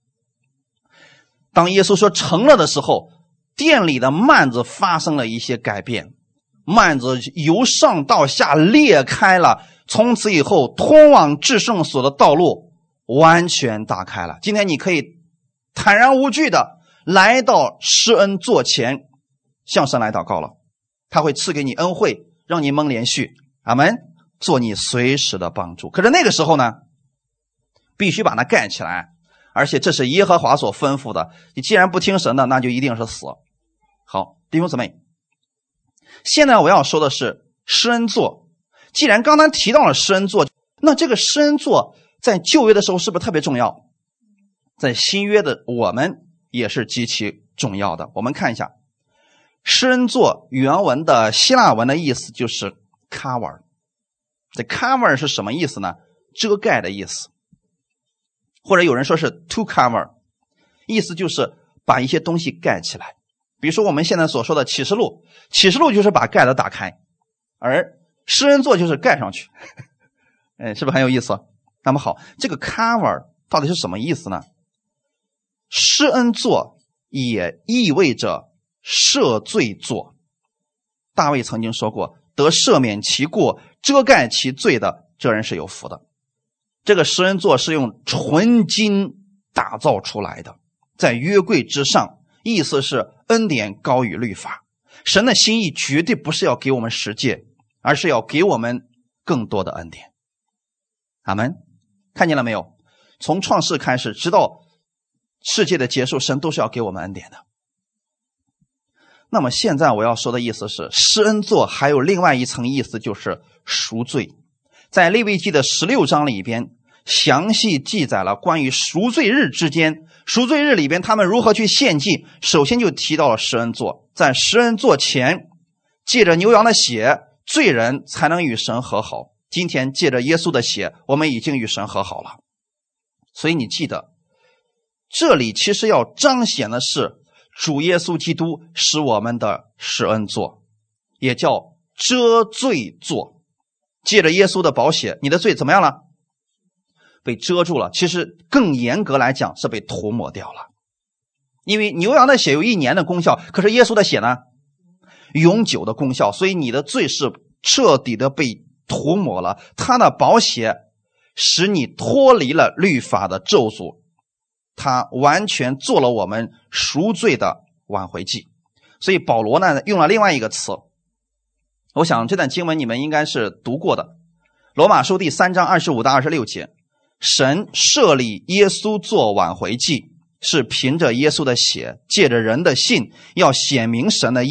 当耶稣说成了的时候，殿里的幔子发生了一些改变，幔子由上到下裂开了，从此以后通往至圣所的道路完全打开了。今天你可以坦然无惧的来到施恩座前，向神来祷告了，他会赐给你恩惠，让你蒙连续，阿们，做你随时的帮助。可是那个时候呢，必须把它盖起来，而且这是耶和华所吩咐的，你既然不听神的，那就一定是死。好，弟兄姊妹，现在我要说的是施恩座。既然刚才提到了施恩座，那这个施恩座在旧约的时候是不是特别重要？在新约的我们也是极其重要的。我们看一下施恩座原文的希腊文的意思就是 cover。 这 cover 是什么意思呢？遮盖的意思，或者有人说是 to cover， 意思就是把一些东西盖起来。比如说我们现在所说的启示录，启示录就是把盖子打开，而施恩座就是盖上去是不是很有意思？那么好，这个 cover 到底是什么意思呢？施恩座也意味着赦罪座。大卫曾经说过，得赦免其过，遮盖其罪的，这人是有福的。这个施恩座是用纯金打造出来的，在约柜之上，意思是恩典高于律法。神的心意绝对不是要给我们十诫，而是要给我们更多的恩典。阿们，看见了没有？从创世开始直到世界的结束，神都是要给我们恩典的。那么现在我要说的意思是，施恩座还有另外一层意思，就是赎罪。在利未记的16章里边详细记载了关于赎罪日之间，赎罪日里边他们如何去献祭。首先就提到了施恩座，在施恩座前借着牛羊的血，罪人才能与神和好。今天借着耶稣的血，我们已经与神和好了。所以你记得，这里其实要彰显的是主耶稣基督是我们的施恩座，也叫遮罪座。借着耶稣的宝血，你的罪怎么样了？被遮住了。其实更严格来讲是被涂抹掉了。因为牛羊的血有1年的功效，可是耶稣的血呢，永久的功效。所以你的罪是彻底的被涂抹了，他的宝血使你脱离了律法的咒诅，他完全做了我们赎罪的挽回祭。所以保罗呢用了另外一个词，我想这段经文你们应该是读过的，罗马书第3章25到26节，神设立耶稣做挽回祭，是凭着耶稣的血，借着人的信，要显明神的义，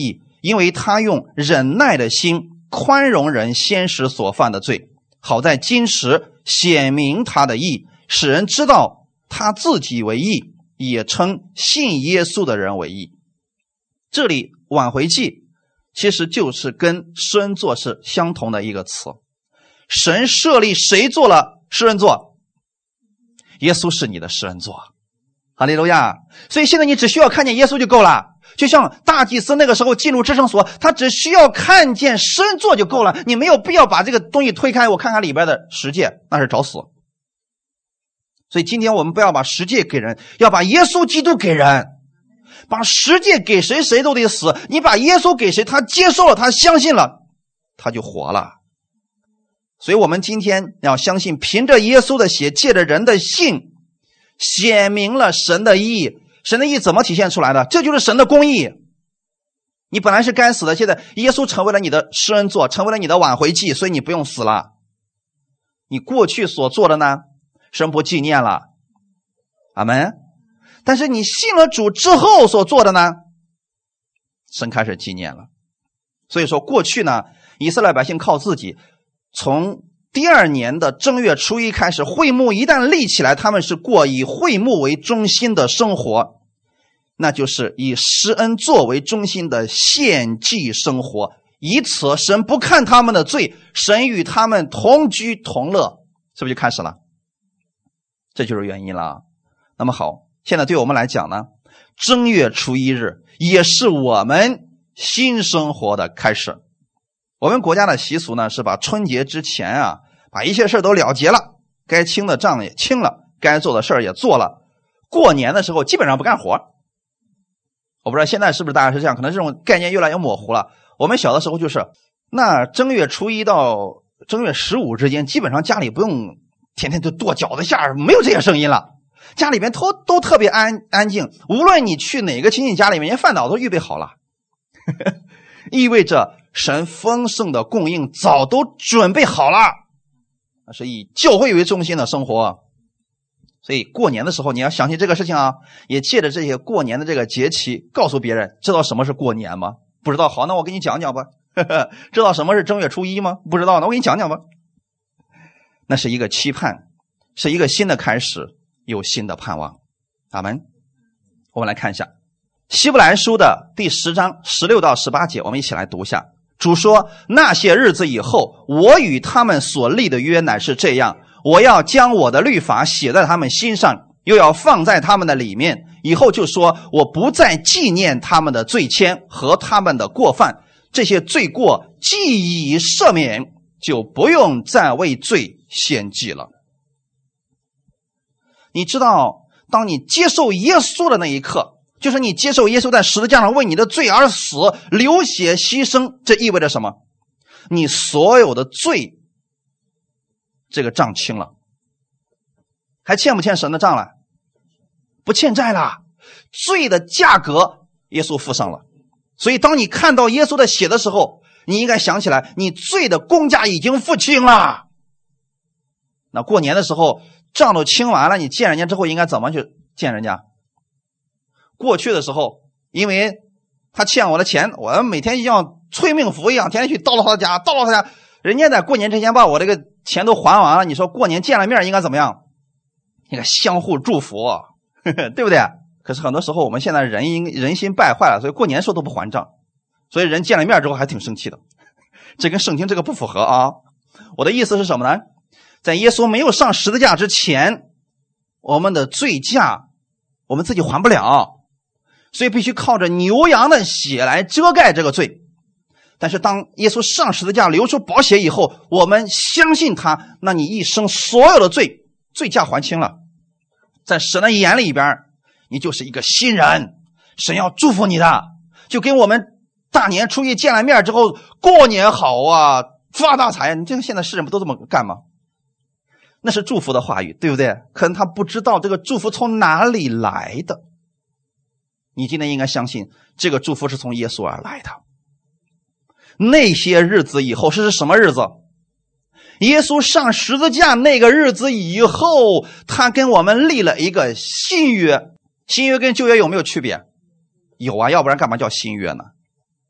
因为他用忍耐的心宽容人先时所犯的罪，好在今时显明他的义，使人知道他自己为义，也称信耶稣的人为义。这里挽回祭其实就是跟施恩座是相同的一个词。神设立谁做了施恩座？耶稣是你的施恩座。哈利路亚！所以现在你只需要看见耶稣就够了。就像大祭司那个时候进入至圣所，他只需要看见施恩座就够了，你没有必要把这个东西推开，我看看里边的十诫，那是找死。所以今天我们不要把十诫给人，要把耶稣基督给人。把十诫给谁，谁都得死。你把耶稣给谁，他接受了，他相信了，他就活了。所以我们今天要相信，凭着耶稣的血，借着人的信，显明了神的义。神的义怎么体现出来的？这就是神的公义。你本来是该死的，现在耶稣成为了你的施恩座，成为了你的挽回祭，所以你不用死了。你过去所做的呢，神不纪念了。阿们。但是你信了主之后所做的呢，神开始纪念了。所以说过去呢，以色列百姓靠自己，从第2年的正月初一开始，会幕一旦立起来，他们是过以会幕为中心的生活，那就是以施恩作为中心的献祭生活。以此神不看他们的罪，神与他们同居同乐，是不是就开始了？这就是原因了。那么好，现在对我们来讲呢，正月初一日也是我们新生活的开始。我们国家的习俗呢，是把春节之前啊，把一切事都了结了，该清的账也清了，该做的事也做了。过年的时候基本上不干活。我不知道现在是不是大家是这样，可能这种概念越来越模糊了。我们小的时候就是，那正月初一到正月15之间，基本上家里不用天天就剁饺子馅儿，没有这些声音了。家里面都特别安静，无论你去哪个亲戚家里面，连饭岛都预备好了意味着神丰盛的供应早都准备好了，那是以教会为中心的生活。所以过年的时候你要想起这个事情啊，也借着这些过年的这个节期告诉别人，知道什么是过年吗？不知道，好，那我给你讲讲吧知道什么是正月初一吗？不知道，那我给你讲讲吧。那是一个期盼，是一个新的开始，有新的盼望。阿们。我们来看一下希伯来书的第10章16到18节，我们一起来读一下。主说，那些日子以后，我与他们所立的约乃是这样，我要将我的律法写在他们心上，又要放在他们的里面。以后就说，我不再纪念他们的罪愆和他们的过犯，这些罪过既已赦免，就不用再为罪献祭了。你知道，当你接受耶稣的那一刻，就是你接受耶稣在十字架上为你的罪而死，流血牺牲，这意味着什么？你所有的罪，这个账清了。还欠不欠神的账了？不欠债了。罪的价格耶稣付上了。所以当你看到耶稣的血的时候，你应该想起来，你罪的公价已经付清了。那过年的时候账都清完了，你见人家之后应该怎么去见人家？过去的时候，因为他欠我的钱，我每天像催命符一样，天天去叨叨他家，叨叨他家。人家在过年之前把我这个钱都还完了，你说过年见了面应该怎么样？应该相互祝福对不对？可是很多时候我们现在人心败坏了，所以过年的时候都不还账，所以人见了面之后还挺生气的。这跟圣经这个不符合啊！我的意思是什么呢？在耶稣没有上十字架之前，我们的罪价我们自己还不了，所以必须靠着牛羊的血来遮盖这个罪。但是当耶稣上十字架流出宝血以后，我们相信他，那你一生所有的罪价还清了。在神的眼里边，你就是一个新人，神要祝福你的。就跟我们大年初一见了面之后，过年好啊，发大财，你这个现在世人不都这么干吗？那是祝福的话语，对不对？可能他不知道这个祝福从哪里来的。你今天应该相信，这个祝福是从耶稣而来的。那些日子以后是什么日子？耶稣上十字架那个日子以后，他跟我们立了一个新约。新约跟旧约有没有区别？有啊，要不然干嘛叫新约呢？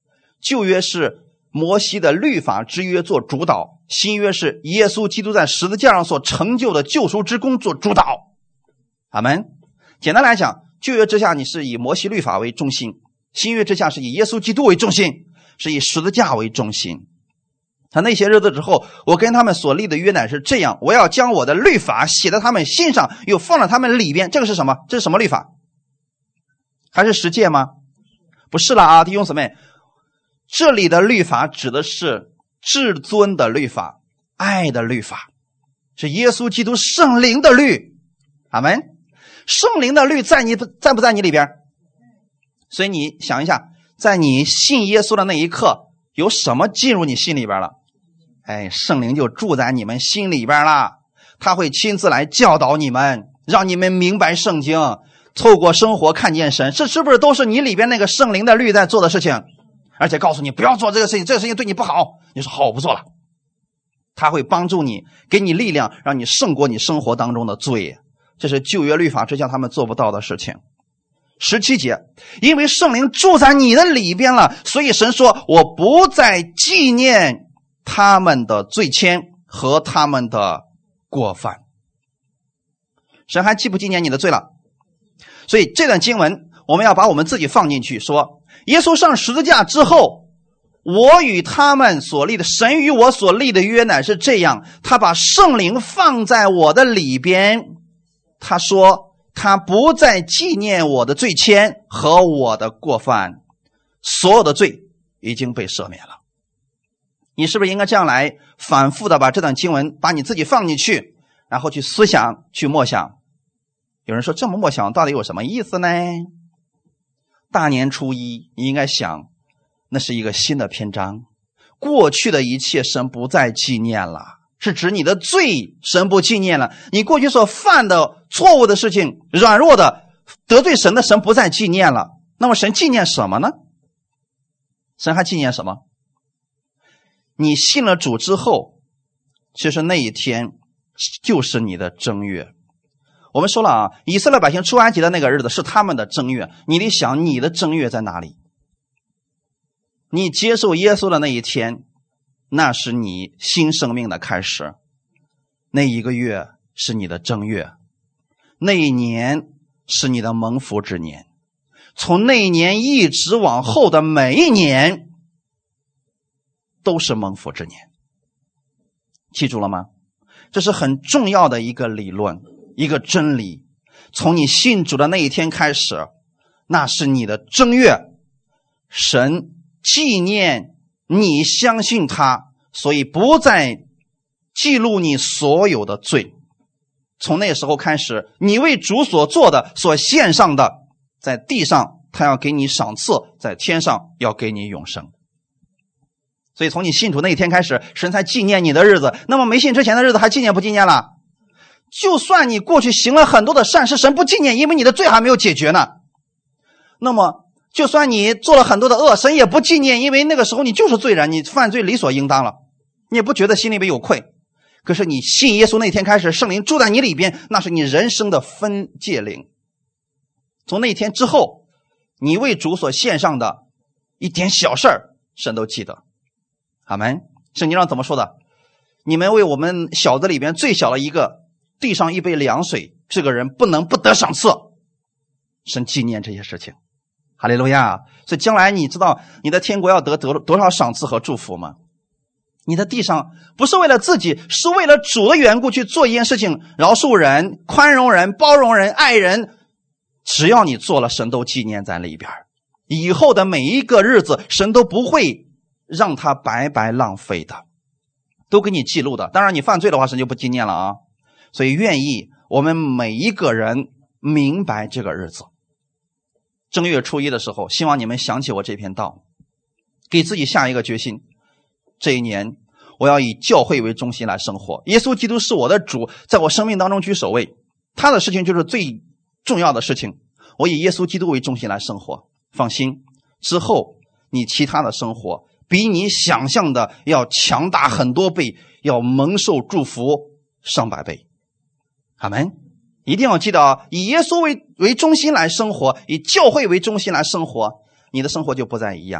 旧约是摩西的律法之约做主导，新约是耶稣基督在十字架上所成就的救赎之功做主导。阿们。简单来讲，旧约之下你是以摩西律法为中心，新约之下是以耶稣基督为中心，是以十字架为中心。他那些日子之后，我跟他们所立的约乃是这样，我要将我的律法写在他们心上，又放在他们里边。这个是什么？这是什么律法？还是十诫吗？不是了啊，弟兄姊妹，这里的律法指的是至尊的律法，爱的律法，是耶稣基督圣灵的律。阿们。圣灵的律在不在你里边？所以你想一下，在你信耶稣的那一刻，有什么进入你心里边了？圣灵就住在你们心里边了，他会亲自来教导你们，让你们明白圣经，透过生活看见神。这是不是都是你里边那个圣灵的律在做的事情？而且告诉你不要做这个事情，这个事情对你不好，你说好，我不做了。他会帮助你，给你力量，让你胜过你生活当中的罪。这是旧约律法之下他们做不到的事情。17节，因为圣灵住在你的里边了，所以神说我不再纪念他们的罪愆和他们的过犯。神还记不纪念你的罪了？所以这段经文我们要把我们自己放进去，说耶稣上十字架之后，我与他们所立的，神与我所立的约乃是这样，他把圣灵放在我的里边，他说他不再纪念我的罪愆和我的过犯，所有的罪已经被赦免了。你是不是应该这样来反复的把这段经文把你自己放进去，然后去思想去默想？有人说这么默想到底有什么意思呢？大年初一你应该想，那是一个新的篇章，过去的一切神不再纪念了，是指你的罪神不纪念了，你过去所犯的错误的事情，软弱的得罪神的神不再纪念了。那么神纪念什么呢？神还纪念什么？你信了主之后，其实那一天就是你的正月。我们说了啊，以色列百姓出埃及的那个日子是他们的正月，你得想你的正月在哪里？你接受耶稣的那一天，那是你新生命的开始，那一个月是你的正月，那一年是你的蒙福之年，从那一年一直往后的每一年都是蒙福之年。记住了吗？这是很重要的一个理论，一个真理。从你信主的那一天开始，那是你的正月，神纪念你相信他，所以不再记录你所有的罪。从那时候开始，你为主所做的所献上的，在地上他要给你赏赐，在天上要给你永生。所以从你信主那一天开始，神才纪念你的日子。那么没信之前的日子还纪念不纪念了？就算你过去行了很多的善事，神不纪念，因为你的罪还没有解决呢。那么就算你做了很多的恶，神也不纪念，因为那个时候你就是罪人，你犯罪理所应当了，你也不觉得心里面有愧。可是你信耶稣那天开始，圣灵住在你里边，那是你人生的分界灵。从那天之后，你为主所献上的一点小事儿，神都记得。阿们。圣经上怎么说的？你们为我们小子里边最小的一个递上一杯凉水，这个人不能不得赏赐。神纪念这些事情。哈利路亚。所以将来你知道你的天国要得多少赏赐和祝福吗？你的地上不是为了自己，是为了主的缘故去做一件事情，饶恕人、宽容人、包容人、爱人，只要你做了，神都纪念在里边。以后的每一个日子，神都不会让他白白浪费的，都给你记录的。当然你犯罪的话，神就不纪念了啊。所以愿意我们每一个人明白这个日子。正月初一的时候，希望你们想起我这篇道，给自己下一个决心，这一年我要以教会为中心来生活。耶稣基督是我的主，在我生命当中居首位，他的事情就是最重要的事情，我以耶稣基督为中心来生活。放心，之后你其他的生活比你想象的要强大很多倍，要蒙受祝福上百倍。阿们。一定要记得，以耶稣为中心来生活，以教会为中心来生活，你的生活就不再一样。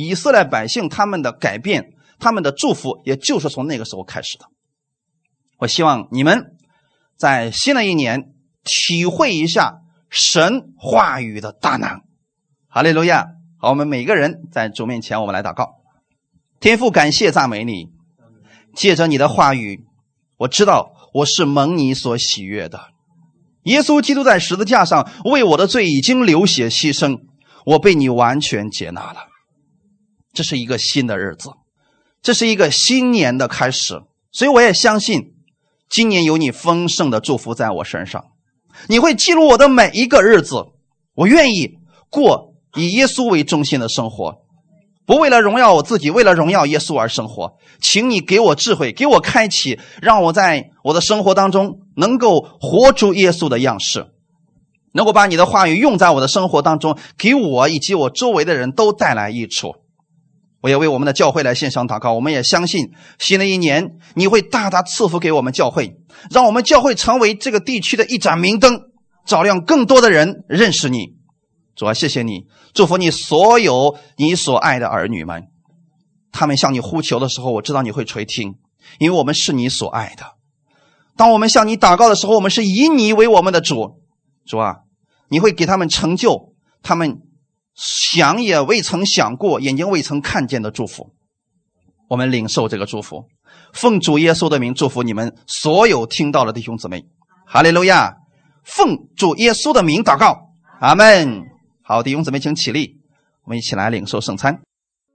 以色列百姓他们的改变，他们的祝福，也就是从那个时候开始的。我希望你们在新的一年体会一下神话语的大能。哈利路亚！好，我们每个人在主面前，我们来祷告。天父，感谢赞美你，借着你的话语，我知道我是蒙你所喜悦的。耶稣基督在十字架上为我的罪已经流血牺牲，我被你完全接纳了。这是一个新的日子，这是一个新年的开始，所以我也相信今年有你丰盛的祝福在我身上，你会记录我的每一个日子。我愿意过以耶稣为中心的生活，不为了荣耀我自己，为了荣耀耶稣而生活。请你给我智慧，给我开启，让我在我的生活当中能够活出耶稣的样式，能够把你的话语用在我的生活当中，给我以及我周围的人都带来益处。我也为我们的教会来献上祷告，我们也相信新的一年你会大大赐福给我们教会，让我们教会成为这个地区的一盏明灯，照亮更多的人认识你。主啊，谢谢你，祝福你所有你所爱的儿女们，他们向你呼求的时候，我知道你会垂听，因为我们是你所爱的。当我们向你祷告的时候，我们是以你为我们的主。主啊，你会给他们成就他们想也未曾想过，眼睛未曾看见的祝福。我们领受这个祝福，奉主耶稣的名祝福你们所有听到的弟兄姊妹。哈利路亚！奉主耶稣的名祷告，阿们。好，弟兄姊妹请起立，我们一起来领受圣餐。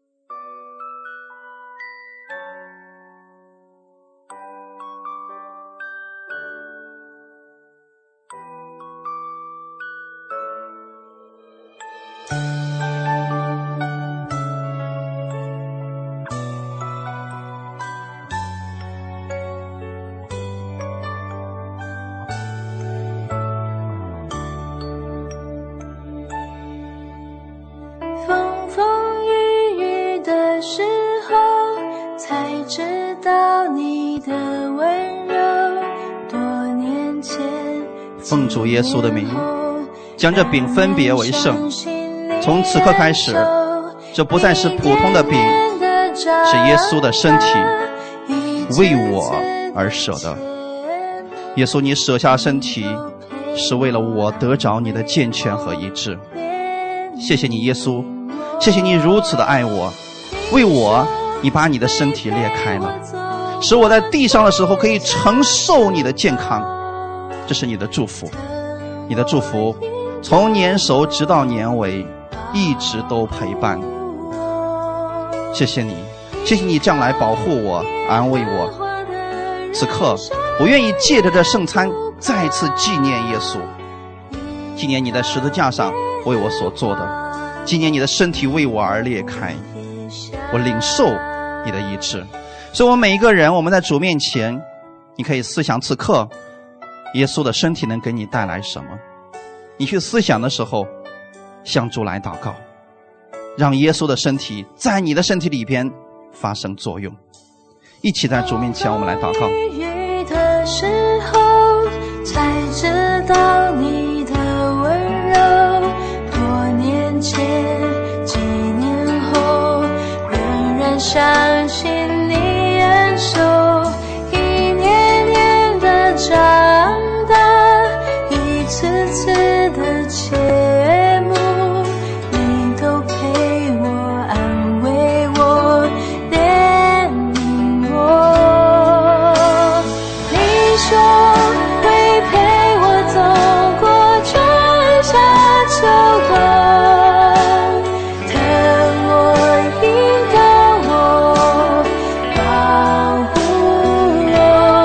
奉主耶稣的名，将这饼分别为圣。从此刻开始，这不再是普通的饼，是耶稣的身体，为我而舍的。耶稣，你舍下身体，是为了我得着你的健全和医治。谢谢你，耶稣，谢谢你如此的爱我，为我，你把你的身体裂开了，使我在地上的时候可以承受你的健康。这是你的祝福，你的祝福从年熟直到年尾一直都陪伴。谢谢你，谢谢你这样来保护我，安慰我。此刻我愿意借着这圣餐再次纪念耶稣，纪念你在十字架上为我所做的，纪念你的身体为我而裂开，我领受你的医治。所以我们每一个人，我们在主面前，你可以思想此刻耶稣的身体能给你带来什么。你去思想的时候，向主来祷告，让耶稣的身体在你的身体里边发生作用。一起在主面前，我们来祷告。雨的时候才知道你的温柔，多年前几年后仍然相信你恩手，一年年的长大，一次次的切慕，你都陪我安慰我怜悯我。你说会陪我走过春夏秋冬，疼我引导我保护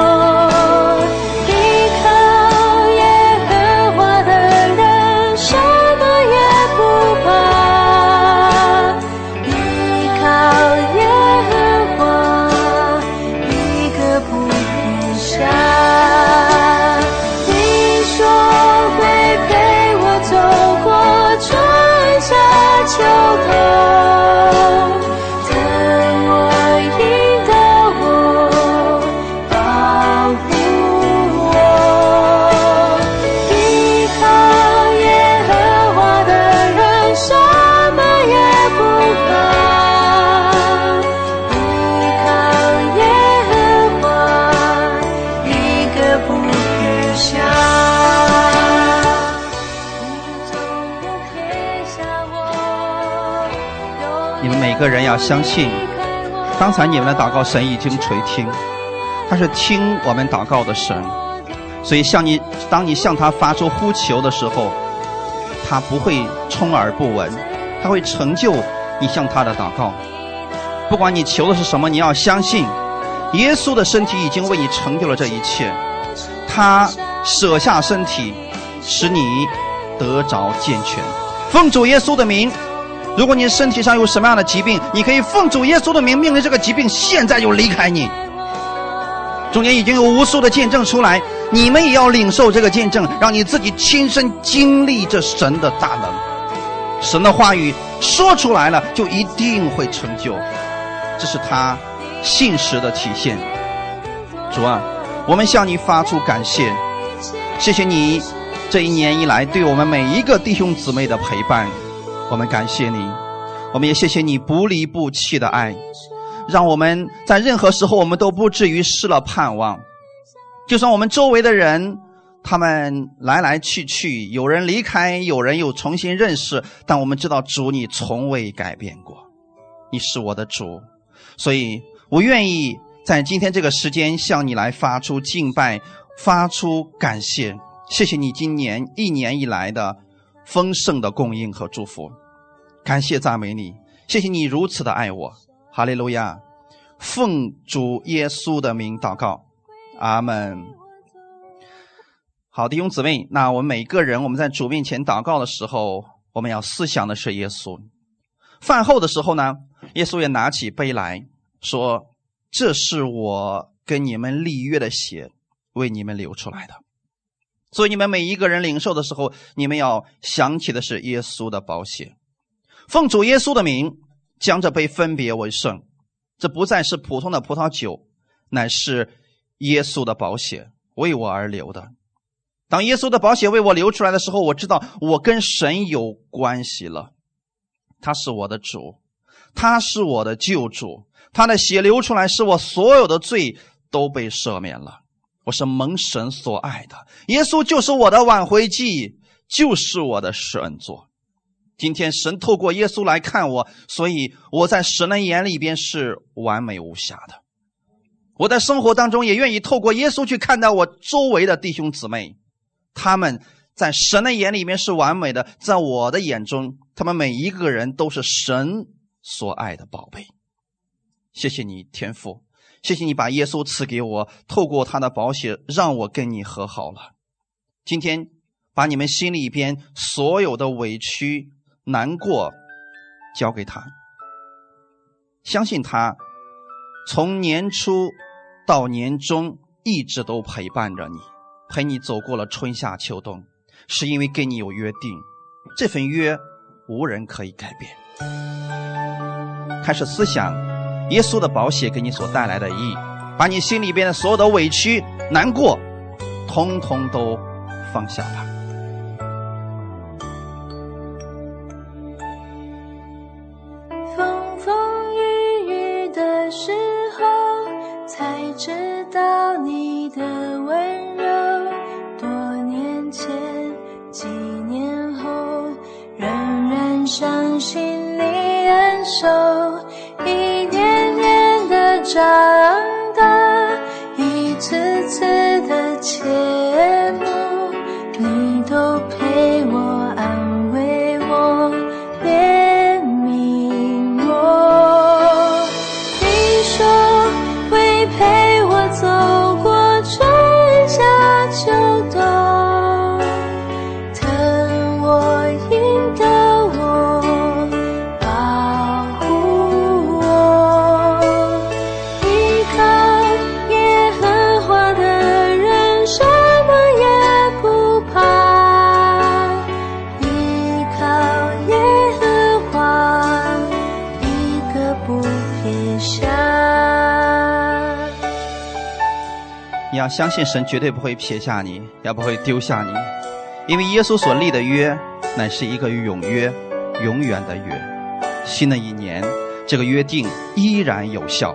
我，依靠耶和华的人生你们每个人要相信，刚才你们的祷告神已经垂听，他是听我们祷告的神，所以当你向他发出呼求的时候，他不会充耳不闻，他会成就你向他的祷告。不管你求的是什么，你要相信耶稣的身体已经为你成就了这一切，他舍下身体使你得着健全。奉主耶稣的名，如果你身体上有什么样的疾病，你可以奉主耶稣的名命令这个疾病现在就离开你。中间已经有无数的见证出来，你们也要领受这个见证，让你自己亲身经历这神的大能。神的话语说出来了就一定会成就，这是他信实的体现。主啊，我们向你发出感谢，谢谢你这一年以来对我们每一个弟兄姊妹的陪伴，我们感谢你，我们也谢谢你不离不弃的爱，让我们在任何时候我们都不至于失了盼望。就算我们周围的人他们来来去去，有人离开，有人又重新认识，但我们知道主你从未改变过，你是我的主，所以我愿意在今天这个时间向你来发出敬拜，发出感谢。谢谢你今年一年以来的丰盛的供应和祝福，感谢赞美你，谢谢你如此的爱我。哈利路亚，奉主耶稣的名祷告，阿们。好，弟兄姊妹，那我们每个人我们在主面前祷告的时候，我们要思想的是耶稣。饭后的时候呢，耶稣也拿起杯来说，这是我跟你们立约的血，为你们流出来的。所以你们每一个人领受的时候，你们要想起的是耶稣的宝血。奉主耶稣的名，将这杯分别为圣，这不再是普通的葡萄酒，乃是耶稣的宝血，为我而流的。当耶稣的宝血为我流出来的时候，我知道我跟神有关系了，他是我的主，他是我的救主，他的血流出来使我所有的罪都被赦免了，我是蒙神所爱的，耶稣就是我的挽回祭，就是我的施恩座。今天神透过耶稣来看我，所以我在神的眼里边是完美无瑕的。我在生活当中也愿意透过耶稣去看到我周围的弟兄姊妹，他们在神的眼里面是完美的，在我的眼中他们每一个人都是神所爱的宝贝。谢谢你天父，谢谢你把耶稣赐给我，透过他的宝血让我跟你和好了。今天把你们心里边所有的委屈难过交给他，相信他从年初到年终一直都陪伴着你，陪你走过了春夏秋冬，是因为跟你有约定，这份约无人可以改变。开始思想耶稣的宝血给你所带来的意义，把你心里边的所有的委屈难过通通都放下吧。 风风雨雨的时候才知道你的温柔，多年前几年后仍然相信你恩手，一年年的长大，一次次的切慕，你都陪我安慰我怜悯我，你说会陪我走过春夏秋冬，疼我引导我保护我，依靠耶和华的人什么也不怕，依靠耶和华一个不撇下。 你要相信神绝对不会撇下你，也不会丢下你，因为耶稣所立的约乃是一个永约，永远的约。新的一年，这个约定依然有效。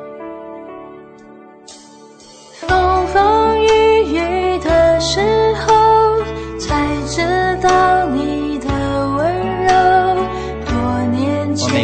风风雨雨的时候才知道你的温柔，多年前我每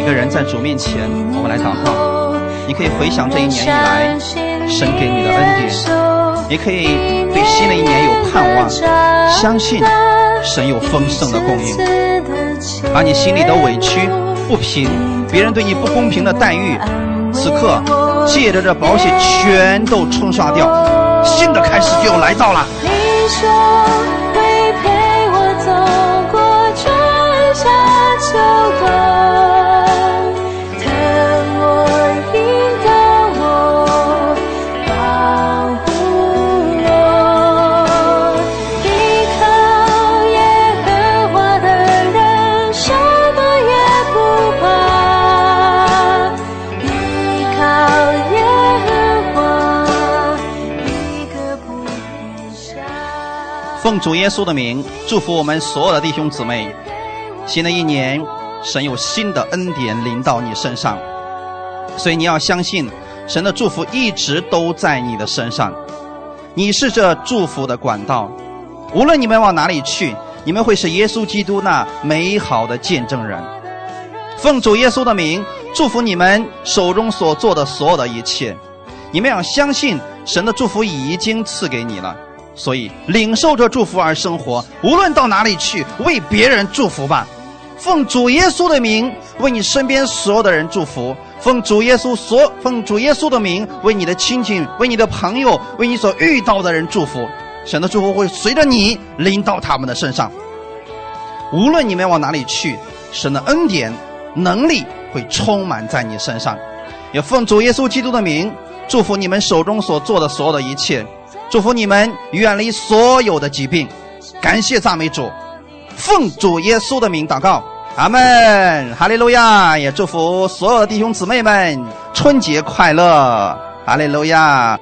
个人在主面前，我们来祷告。你可以回想这一年以来神给你的恩典，也可以对新的一年有盼望，相信神有丰盛的供应，把你心里的委屈不平，别人对你不公平的待遇，此刻借着这宝血全都冲刷掉，新的开始就来到了。 你说会陪我走过春夏秋冬，疼我引导我保护我，依靠耶和华的人什么也不怕，依靠耶和华一个不偏向。 奉主耶稣的名，祝福我们所有的弟兄姊妹，新的一年神有新的恩典临到你身上，所以你要相信神的祝福一直都在你的身上，你是这祝福的管道，无论你们往哪里去，你们会是耶稣基督那美好的见证人。奉主耶稣的名，祝福你们手中所做的所有的一切，你们要相信神的祝福已经赐给你了，所以领受这祝福而生活，无论到哪里去，为别人祝福吧。奉主耶稣的名，为你身边所有的人祝福。奉主耶稣的名，为你的亲戚，为你的朋友，为你所遇到的人祝福。神的祝福会随着你临到他们的身上，无论你们往哪里去，神的恩典能力会充满在你身上。也奉主耶稣基督的名，祝福你们手中所做的所有的一切，祝福你们远离所有的疾病。感谢赞美主，奉主耶稣的名祷告，阿们，哈利路亚。也祝福所有的弟兄姊妹们春节快乐，哈利路亚。